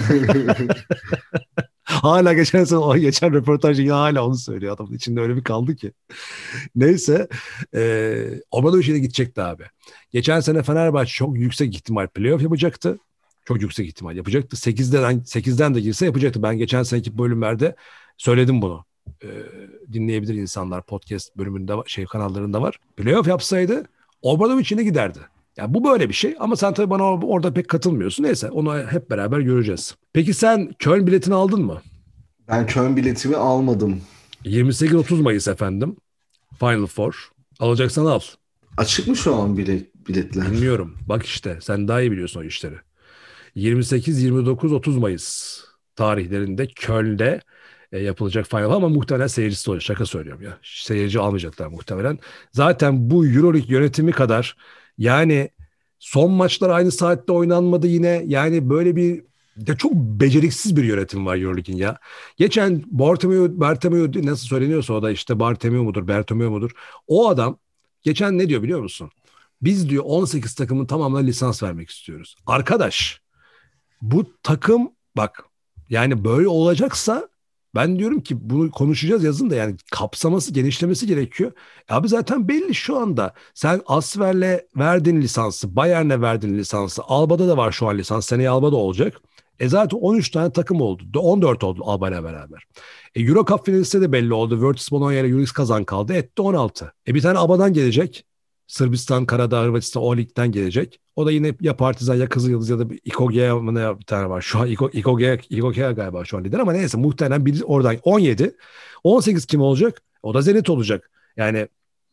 Hala geçen sene, o geçen röportajda yine hala onu söylüyor. Adamın içinde öyle bir kaldı ki. Neyse. E, Obradovic yine gidecekti abi. Geçen sene Fenerbahçe çok yüksek ihtimal playoff yapacaktı. Çok yüksek ihtimal yapacaktı. sekizden, sekizden de girse yapacaktı. Ben geçen seneki bölümlerde söyledim bunu. E, dinleyebilir insanlar, podcast bölümünde şey kanallarında var. Playoff yapsaydı Obradovic yine giderdi. Yani bu böyle bir şey ama sen tabii bana or- orada pek katılmıyorsun. Neyse, onu hep beraber göreceğiz. Peki sen Köln biletini aldın mı?
ben Köln biletimi almadım.
yirmi sekiz otuz Mayıs efendim. Final Four. Alacaksan al.
Açık mı şu an bilet, biletler?
Bilmiyorum. Bak işte sen daha iyi biliyorsun o işleri. yirmi sekiz yirmi dokuz otuz Mayıs tarihlerinde Köln'de e, yapılacak Final ama muhtemelen seyircisi olacak. Şaka söylüyorum ya. Seyirci almayacaklar muhtemelen. Zaten bu EuroLeague yönetimi kadar yani son maçlar aynı saatte oynanmadı yine. Yani böyle bir de çok beceriksiz bir yönetim var EuroLeague'in ya. Geçen Bartomeu, Bartomeu nasıl söyleniyorsa o da işte Bartomeu mudur, Bartomeu mudur? O adam geçen ne diyor biliyor musun? Biz diyor on sekiz takımın tamamına lisans vermek istiyoruz. Arkadaş bu takım bak yani böyle olacaksa ben diyorum ki bunu konuşacağız yazın da yani kapsaması genişlemesi gerekiyor. Abi zaten belli şu anda sen Asfer'le verdin lisansı, Bayern'le verdin lisansı, Alba'da da var şu an lisans, seneye Alba'da olacak. E zaten on üç tane takım oldu. on dört oldu Alba'yla beraber. E Euro Cup finaliste de belli oldu. Virtus Bologna ile Juris Kazan kaldı. Etti on altı. E bir tane Alba'dan gelecek. Sırbistan, Karadağ, Hırvatistan o ligden gelecek. O da yine ya Partizan ya Kızılyıldız ya da bir İKOGEA mı ne bir tane var. Şu an İKOGEA, İKOGEA galiba şu an lider ama neyse muhtemelen biri oradan on yedi. on sekiz kim olacak? O da Zenit olacak. Yani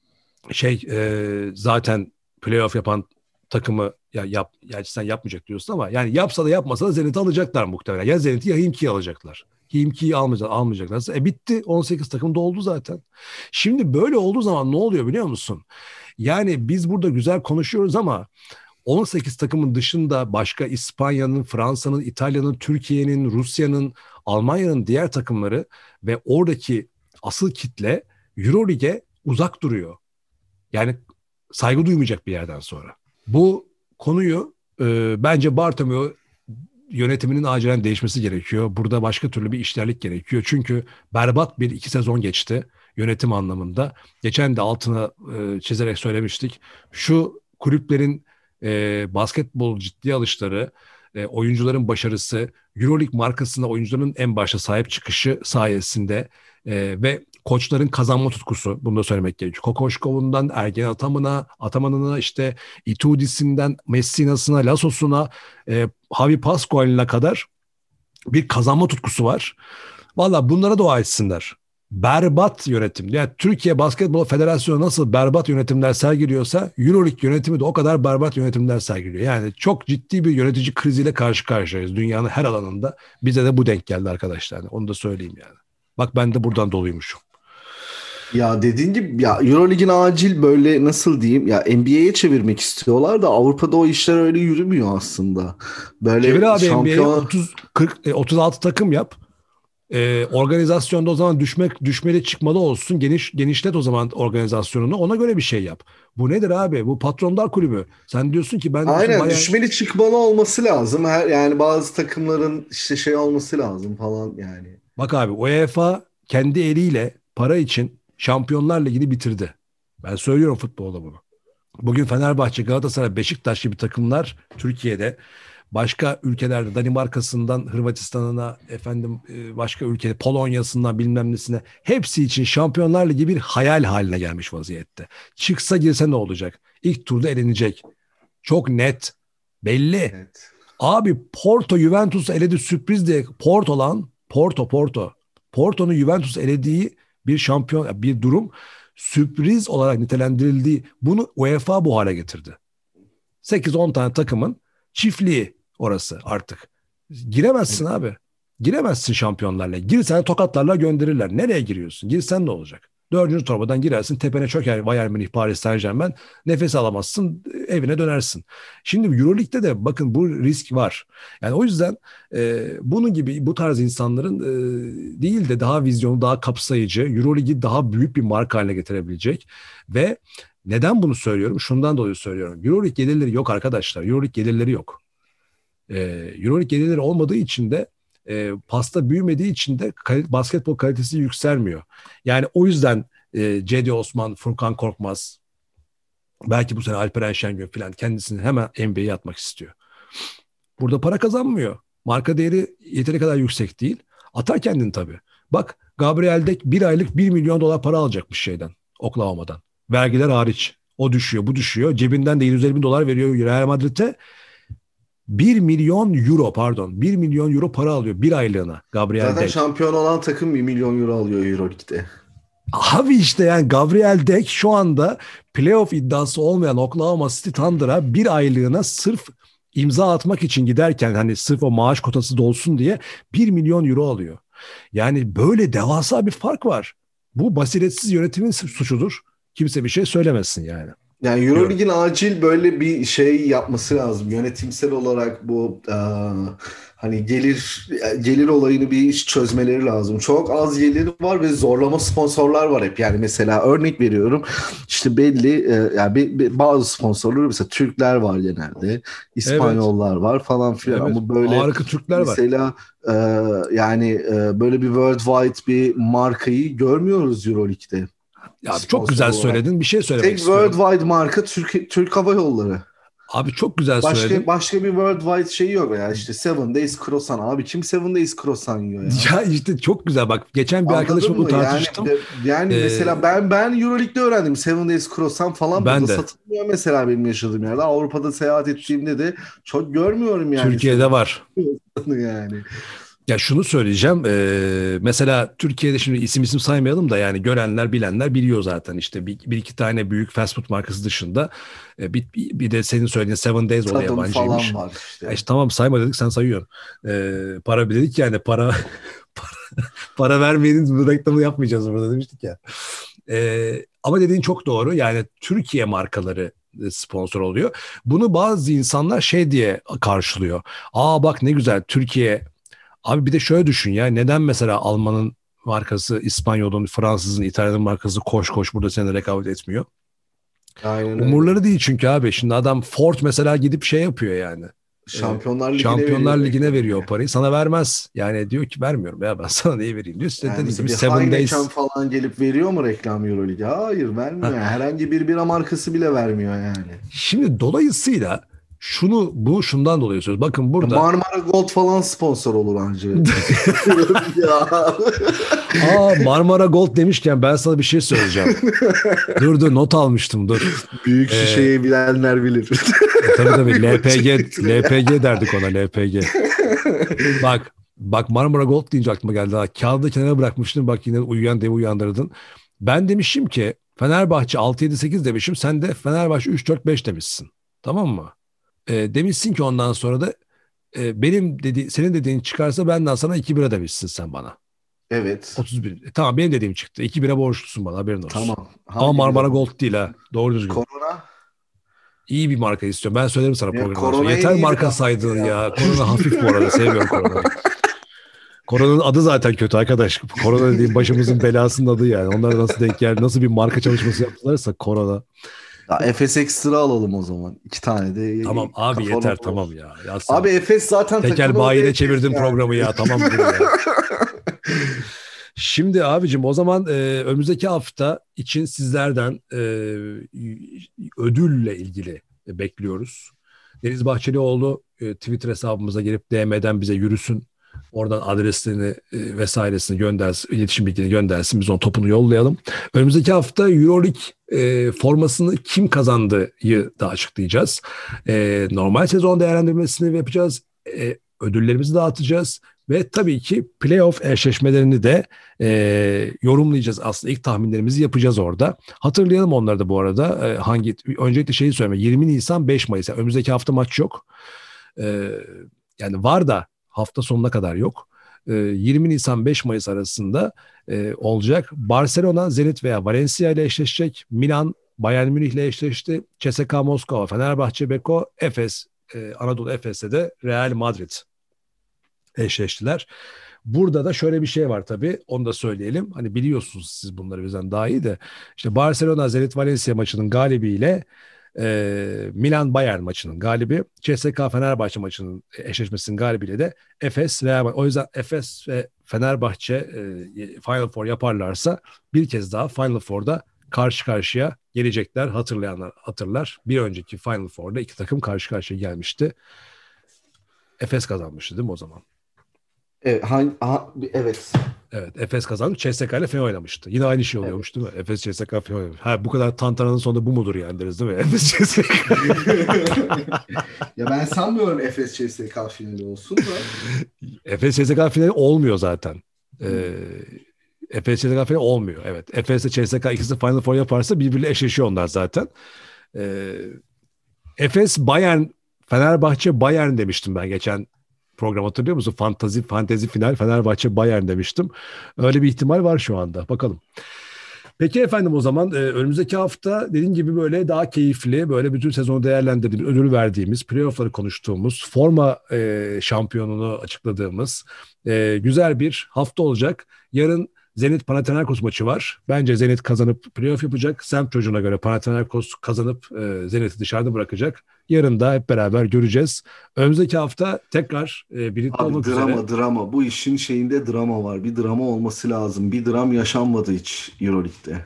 şey e, zaten playoff yapan takımı ya yap ya sen yapmayacak diyorsun ama yani yapsa da yapmasa da Zenit'i alacaklar muhtemelen. Ya Zenit'i ya Himki'yi alacaklar. Himki'yi almayacak, almayacaklar. E bitti. on sekiz takım doldu zaten. Şimdi böyle olduğu zaman ne oluyor biliyor musun? Yani biz burada güzel konuşuyoruz ama on sekiz takımın dışında başka İspanya'nın, Fransa'nın, İtalya'nın, Türkiye'nin, Rusya'nın, Almanya'nın diğer takımları ve oradaki asıl kitle EuroLeague'e uzak duruyor. Yani saygı duymayacak bir yerden sonra. Bu konuyu e, bence Bartomeu yönetiminin acilen değişmesi gerekiyor. Burada başka türlü bir işlerlik gerekiyor. Çünkü berbat bir iki sezon geçti yönetim anlamında. Geçen de altına e, çizerek söylemiştik. Şu kulüplerin e, basketbol ciddi alışları, e, oyuncuların başarısı, EuroLeague markasına oyuncuların en başta sahip çıkışı sayesinde e, ve koçların kazanma tutkusu, bunu da söylemek gerekiyor. Kokoşkov'undan Ergen Ataman'a, Ataman'ına işte Itudis'inden Messina'sına, Lassos'una, e, Javi Pascual'ine kadar bir kazanma tutkusu var. Valla bunlara dua etsinler. Berbat yönetim. Yani Türkiye Basketbol Federasyonu nasıl berbat yönetimler sergiliyorsa EuroLeague yönetimi de o kadar berbat yönetimler sergiliyor. Yani çok ciddi bir yönetici kriziyle karşı karşıyayız dünyanın her alanında. Bize de bu denk geldi arkadaşlar. Onu da söyleyeyim yani. Bak ben de buradan doluymuşum.
Ya dediğin gibi ya Euroleague'in acil böyle nasıl diyeyim ya N B A'ye çevirmek istiyorlar da Avrupa'da o işler öyle yürümüyor aslında. Böyle
çevir abi
şampiyon...
N B A'ye otuz kırk otuz altı takım yap. Ee, organizasyonda o zaman düşmek düşmeli çıkmalı olsun. Geniş genişlet o zaman organizasyonunu. Ona göre bir şey yap. Bu nedir abi? Bu patronlar kulübü. Sen diyorsun ki ben
Aynen
bayağı...
düşmeli çıkmalı olması lazım. Her yani bazı takımların işte şey olması lazım falan yani.
Bak abi UEFA kendi eliyle para için Şampiyonlar Ligi'ni bitirdi. Ben söylüyorum futbolda bunu. Bugün Fenerbahçe, Galatasaray, Beşiktaş gibi takımlar Türkiye'de başka ülkelerde Danimarka'sından Hırvatistan'ına efendim başka ülke Polonya'sından bilmem nesine hepsi için Şampiyonlar Ligi bir hayal haline gelmiş vaziyette. Çıksa girse ne olacak? İlk turda elenecek. Çok net. Belli. Evet. Abi Porto Juventus eledi sürpriz diye Porto lan Porto Porto. Porto'nun Juventus elediği bir şampiyon bir durum sürpriz olarak nitelendirildiği bunu UEFA bu hale getirdi. sekiz on tane takımın çiftliği orası artık. Giremezsin evet. Abi. Giremezsin şampiyonlarla. Girsen tokatlarla gönderirler. Nereye giriyorsun? Girsen ne olacak? Dördüncü torbadan girersin. Tepene çöker Bayern Münih, Paris Saint-Germain. Nefes alamazsın. Evine dönersin. Şimdi EuroLeague'de de bakın bu risk var. Yani o yüzden e, bunun gibi bu tarz insanların e, değil de daha vizyonu, daha kapsayıcı, EuroLeague'i daha büyük bir marka haline getirebilecek ve neden bunu söylüyorum? Şundan dolayı söylüyorum. EuroLeague gelirleri yok arkadaşlar. EuroLeague gelirleri yok. Ee, EuroLeague gelirleri olmadığı için de e, pasta büyümediği için de kal- basketbol kalitesi yükselmiyor. Yani o yüzden e, Cedi Osman, Furkan Korkmaz, belki bu sene Alperen Şengün falan kendisini hemen N B A'ye atmak istiyor. Burada para kazanmıyor. Marka değeri yeteri kadar yüksek değil. Atar kendini tabii. Bak Gabriel Deck bir aylık bir milyon dolar para alacakmış şeyden, Oklahoma'dan. Vergiler hariç. O düşüyor, bu düşüyor. Cebinden de yedi yüz elli bin dolar veriyor Real Madrid'e. bir milyon euro pardon. bir milyon euro para alıyor bir aylığına Gabriel Deck.
Zaten şampiyon olan takım bir milyon euro alıyor Euroleague'de.
Abi işte yani Gabriel Deck şu anda playoff iddiası olmayan Oklahoma City Thunder'a bir aylığına sırf imza atmak için giderken hani sırf o maaş kotası dolsun diye bir milyon euro alıyor. Yani böyle devasa bir fark var. Bu basiretsiz yönetimin suçudur. Kimse bir şey söylemesin yani.
Yani Euroleague'in acil böyle bir şey yapması lazım. Yönetimsel olarak bu e, hani gelir gelir olayını bir iş çözmeleri lazım. Çok az geliri var ve zorlama sponsorlar var hep. Yani mesela örnek veriyorum. İşte belli e, yani bir, bir, bazı sponsorlar mesela Türkler var genelde. İspanyollar evet. var falan filan
evet.
ama böyle
harika Türkler
mesela, var. E, yani e, böyle bir worldwide bir markayı görmüyoruz Euroleague'de.
Ya çok güzel olarak. Söyledin. Bir şey söylemek
Tek
istiyorum.
Tek worldwide marka Türk, Türk Hava Yolları.
Abi çok güzel
başka,
söyledin.
Başka bir worldwide şeyi yok ya. İşte Seven Days Croissant. Abi kim Seven Days Croissant yiyor ya?
Ya işte çok güzel bak. Geçen bir arkadaşımla bunu tartıştım.
Yani, yani ee, mesela ben ben Euroleague'de öğrendim. Seven Days Croissant falan
ben
burada
de.
satılmıyor mesela benim yaşadığım yerde. Avrupa'da seyahat ettiğimde de çok görmüyorum yani.
Türkiye'de var.
yani.
Ya şunu söyleyeceğim. E, mesela Türkiye'de şimdi isim isim saymayalım da yani görenler bilenler biliyor zaten işte bir, bir iki tane büyük fast food markası dışında e, bir, bir de senin söylediğin Seven Days o da yabancıymış.
Falan var işte.
Ya işte tamam sayma dedik sen sayıyorsun. E, para bir dedik yani para para, para vermeyenin bu reklamı yapmayacağız burada demiştik ya. E, ama dediğin çok doğru yani Türkiye markaları sponsor oluyor. Bunu bazı insanlar şey diye karşılıyor. Aa bak ne güzel Türkiye. Abi bir de şöyle düşün ya neden mesela Alman'ın markası, İspanyol'un, Fransız'ın, İtalya'nın markası koş koş burada seninle rekabet etmiyor.
Aynen
Umurları
öyle.
değil çünkü abi. Şimdi adam Ford mesela gidip şey yapıyor yani.
Şampiyonlar Ligi'ne
Şampiyonlar
veriyor,
Ligi'ne veriyor
yani.
o parayı. Sana vermez. Yani diyor ki vermiyorum ya ben sana neyi vereyim diyor. Size
yani
dediğim gibi
bir
Seven Days
falan gelip veriyor mu reklam Euroleague'e? Hayır vermiyor. Yani. Herhangi bir bira markası bile vermiyor yani.
Şimdi dolayısıyla şunu bu şundan dolayı söylüyoruz. Bakın burada
Marmara Gold falan sponsor olur anca.
ya. Aa Marmara Gold demişken ben sana bir şey söyleyeceğim. dur dur not almıştım dur.
Büyük şişeyi ee, bilenler bilir.
e, tabii tabii L P G L P G derdik ona L P G. Bak bak Marmara Gold deyince aklıma geldi. Ha, kağıdı kenara bırakmıştım bak yine uyuyan devi uyandırdın. Ben demişim ki Fenerbahçe altı yedi sekiz demişim. Sen de Fenerbahçe üç dört beş demişsin. Tamam mı? E, demişsin ki ondan sonra da e, benim dedi senin dediğin çıkarsa benden sana iki bira demişsin sen bana.
Evet.
otuz bir. E, tamam benim dediğim çıktı. iki bira borçlusun bana haberin olsun.
Tamam.
Hangi ama Marmara Gold değil ha. Doğru düzgün.
Korona.
İyi bir marka istiyorum. Ben söylerim sana
ya,
programdan sonra. Yeter marka saydın ya. ya. Korona hafif bu arada. Sevmiyorum koronayı. Koronanın adı zaten kötü arkadaş. Korona dediğim başımızın belasının adı yani. Onlar nasıl denk geldi? Nasıl bir marka çalışması yaptılarsa korona.
Ya Efes Extra alalım o zaman. İki tane de.
Tamam abi yeter olur. Tamam ya.
Yazsana. Abi Efes zaten
tekel bayine çevirdin yani. Programı ya. Tamam ya. Şimdi abicim o zaman e, önümüzdeki hafta için sizlerden e, ödülle ilgili e, bekliyoruz. Deniz Bahçelioğlu e, Twitter hesabımıza gelip D M'den bize yürüsün. Oradan adreslerini e, vesairesini göndersin, iletişim bilgilerini göndersin. Biz onun topunu yollayalım. Önümüzdeki hafta Euroleague e, formasını kim kazandığıyı da açıklayacağız. E, normal sezon değerlendirmesini yapacağız. E, ödüllerimizi dağıtacağız. Ve tabii ki playoff eşleşmelerini de e, yorumlayacağız. Aslında ilk tahminlerimizi yapacağız orada. Hatırlayalım onları da bu arada. E, hangi öncelikle şeyi söyleme. yirmi Nisan beş Mayıs. Yani önümüzdeki hafta maç yok. E, yani var da hafta sonuna kadar yok. E, yirmi Nisan beş Mayıs arasında e, olacak. Barcelona, Zenit veya Valencia ile eşleşecek. Milan, Bayern Münih ile eşleşti. C S K A Moskova, Fenerbahçe, Beko, Efes, e, Anadolu Efes'te de Real Madrid eşleştiler. Burada da şöyle bir şey var tabii. Onu da söyleyelim. Hani biliyorsunuz siz bunları bizden daha iyi de. İşte Barcelona Zenit Valencia maçının galibiyle e, Milan Bayern maçının galibi, C S K A Fenerbahçe maçının eşleşmesinin galibiyle de Efes Real Madrid. O yüzden Efes ve Fenerbahçe e, Final Four yaparlarsa bir kez daha Final Four'da karşı karşıya gelecekler. Hatırlayanlar hatırlar. Bir önceki Final Four'da iki takım karşı karşıya gelmişti. Efes kazanmıştı değil mi o zaman?
Evet. Hangi, ha, evet.
Evet. Efes kazandı. C S K A ile Fener oynamıştı. Yine aynı şey oluyormuş değil mi? Efes C S K A Fener oynamış. Ha bu kadar tantananın sonunda bu mudur yani deriz değil mi? Efes C S K A.
Ya ben sanmıyorum Efes C S K A finali olsun da.
Efes C S K A finali olmuyor zaten. Ee, Efes C S K A finali olmuyor. Evet. Efes ile C S K A ikisi Final Four yaparsa birbiriyle eşleşiyor onlar zaten. Ee, Efes Bayern Fenerbahçe Bayern demiştim ben geçen program, hatırlıyor musun? Fantazi, fantezi final Fenerbahçe Bayern demiştim. Öyle bir ihtimal var şu anda. Bakalım. Peki efendim, o zaman e, önümüzdeki hafta dediğim gibi böyle daha keyifli, böyle bütün sezonu değerlendirdiğimiz, ödül verdiğimiz, playoff'ları konuştuğumuz, forma e, şampiyonunu açıkladığımız e, güzel bir hafta olacak. Yarın Zenit Panathinaikos maçı var. Bence Zenit kazanıp playoff yapacak. Semt çocuğuna göre Panathinaikos kazanıp e, Zenit'i dışarıda bırakacak. Yarın da hep beraber göreceğiz. Önümüzdeki hafta tekrar e, birlikte
Abi
olmak
drama
üzere.
drama. Bu işin şeyinde drama var. Bir drama olması lazım. Bir dram yaşanmadı hiç Euroleague'de.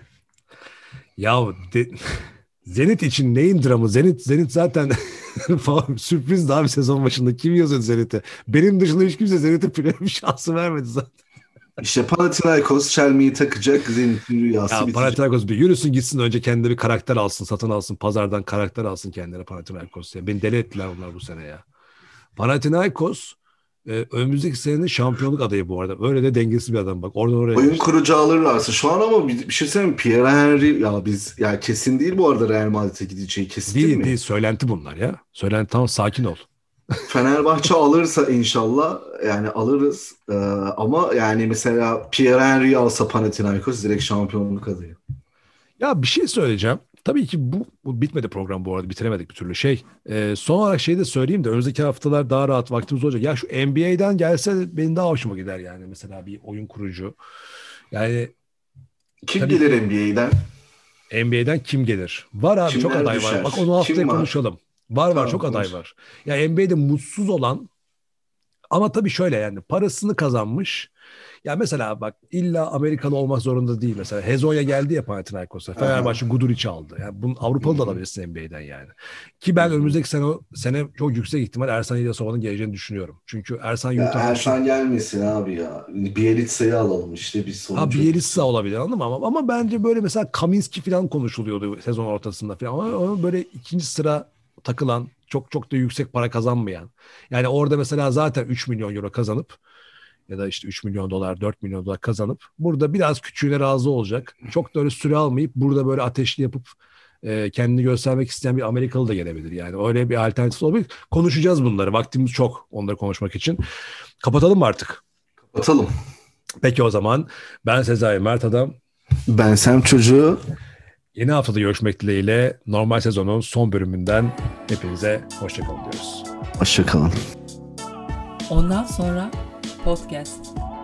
Ya de, Zenit için neyin dramı? Zenit Zenit zaten falan sürpriz daha bir sezon başında. Kim yazıyor Zenit'e? Benim dışında hiç kimse Zenit'e playoff şansı vermedi zaten.
İşte Panathinaikos çelmeyi takacak. Zenit'in rüyası
Ya
bitecek.
Panathinaikos bir yürüsün gitsin, önce kendine bir karakter alsın, satın alsın, pazardan karakter alsın kendine Panathinaikos ya. Beni deli ettiler onlar bu sene ya. Panathinaikos e, önümüzdeki senenin şampiyonluk adayı bu arada. Öyle de dengesiz bir adam bak. Oradan oraya.
Oyun kurucu alırlarsa şu an, ama bir, bir şey söyleyeyim mi? Pierre Henry ya biz ya kesin değil bu arada Real Madrid'e gideceği, kesin
Değil
mi?
değil, söylenti bunlar ya. Söylenti, tamam, sakin ol.
Fenerbahçe alırsa inşallah yani alırız. Ee, ama yani mesela Pierre Henry'i alsa Panathinaikos direkt şampiyonluk adayı.
Ya bir şey söyleyeceğim. Tabii ki bu, bu bitmedi program bu arada. Bitiremedik bir türlü şey. E, son olarak şey de söyleyeyim de önümüzdeki haftalar daha rahat vaktimiz olacak. Ya şu N B A'den gelse benim daha hoşuma gider yani. Mesela bir oyun kurucu. Yani
Kim
tabii
gelir
ki
N B A'den?
N B A'den kim gelir? Var abi, çok
Kimler
aday
düşer?
var. Bak onu haftaya
Kim var?
konuşalım. Var var,
Tamam,
çok
konuş.
aday var. Ya N B A'de mutsuz olan, ama tabii şöyle yani parasını kazanmış. Ya mesela bak, illa Amerikalı olmak zorunda değil. Mesela Hezonya geldi ya Panathinaikos'a. Fenerbahçe Guduric'i aldı. Yani bunun Avrupalı da alabilirsin N B A'den yani. Ki ben önümüzdeki sene sene çok yüksek ihtimal Ersan İlyasova'nın geleceğini düşünüyorum. Çünkü Ersan
Ya
Yurttaş'ın
Ersan gelmesin abi ya. Bielitsa'yı alalım işte bir sorun
ha
çok.
Bielitsa olabilir, anladın mı? Ama, ama bence böyle mesela Kaminski falan konuşuluyordu sezon ortasında falan. Ama, ama böyle ikinci sıra takılan, çok çok da yüksek para kazanmayan. Yani orada mesela zaten üç milyon euro kazanıp ya da işte üç milyon dolar, dört milyon dolar kazanıp burada biraz küçüğüne razı olacak. Çok da öyle süre almayıp burada böyle ateşli yapıp e, kendini göstermek isteyen bir Amerikalı da gelebilir. Yani öyle bir alternatif olabilir. Konuşacağız bunları. Vaktimiz çok onları konuşmak için. Kapatalım mı artık?
Atalım.
Peki o zaman ben Sezai Mert Adam.
Ben Sem çocuğu.
Yeni haftada görüşmek dileğiyle normal sezonun son bölümünden hepinize hoşça kalın diyoruz.
Hoşça kalın.
Ondan sonra podcast.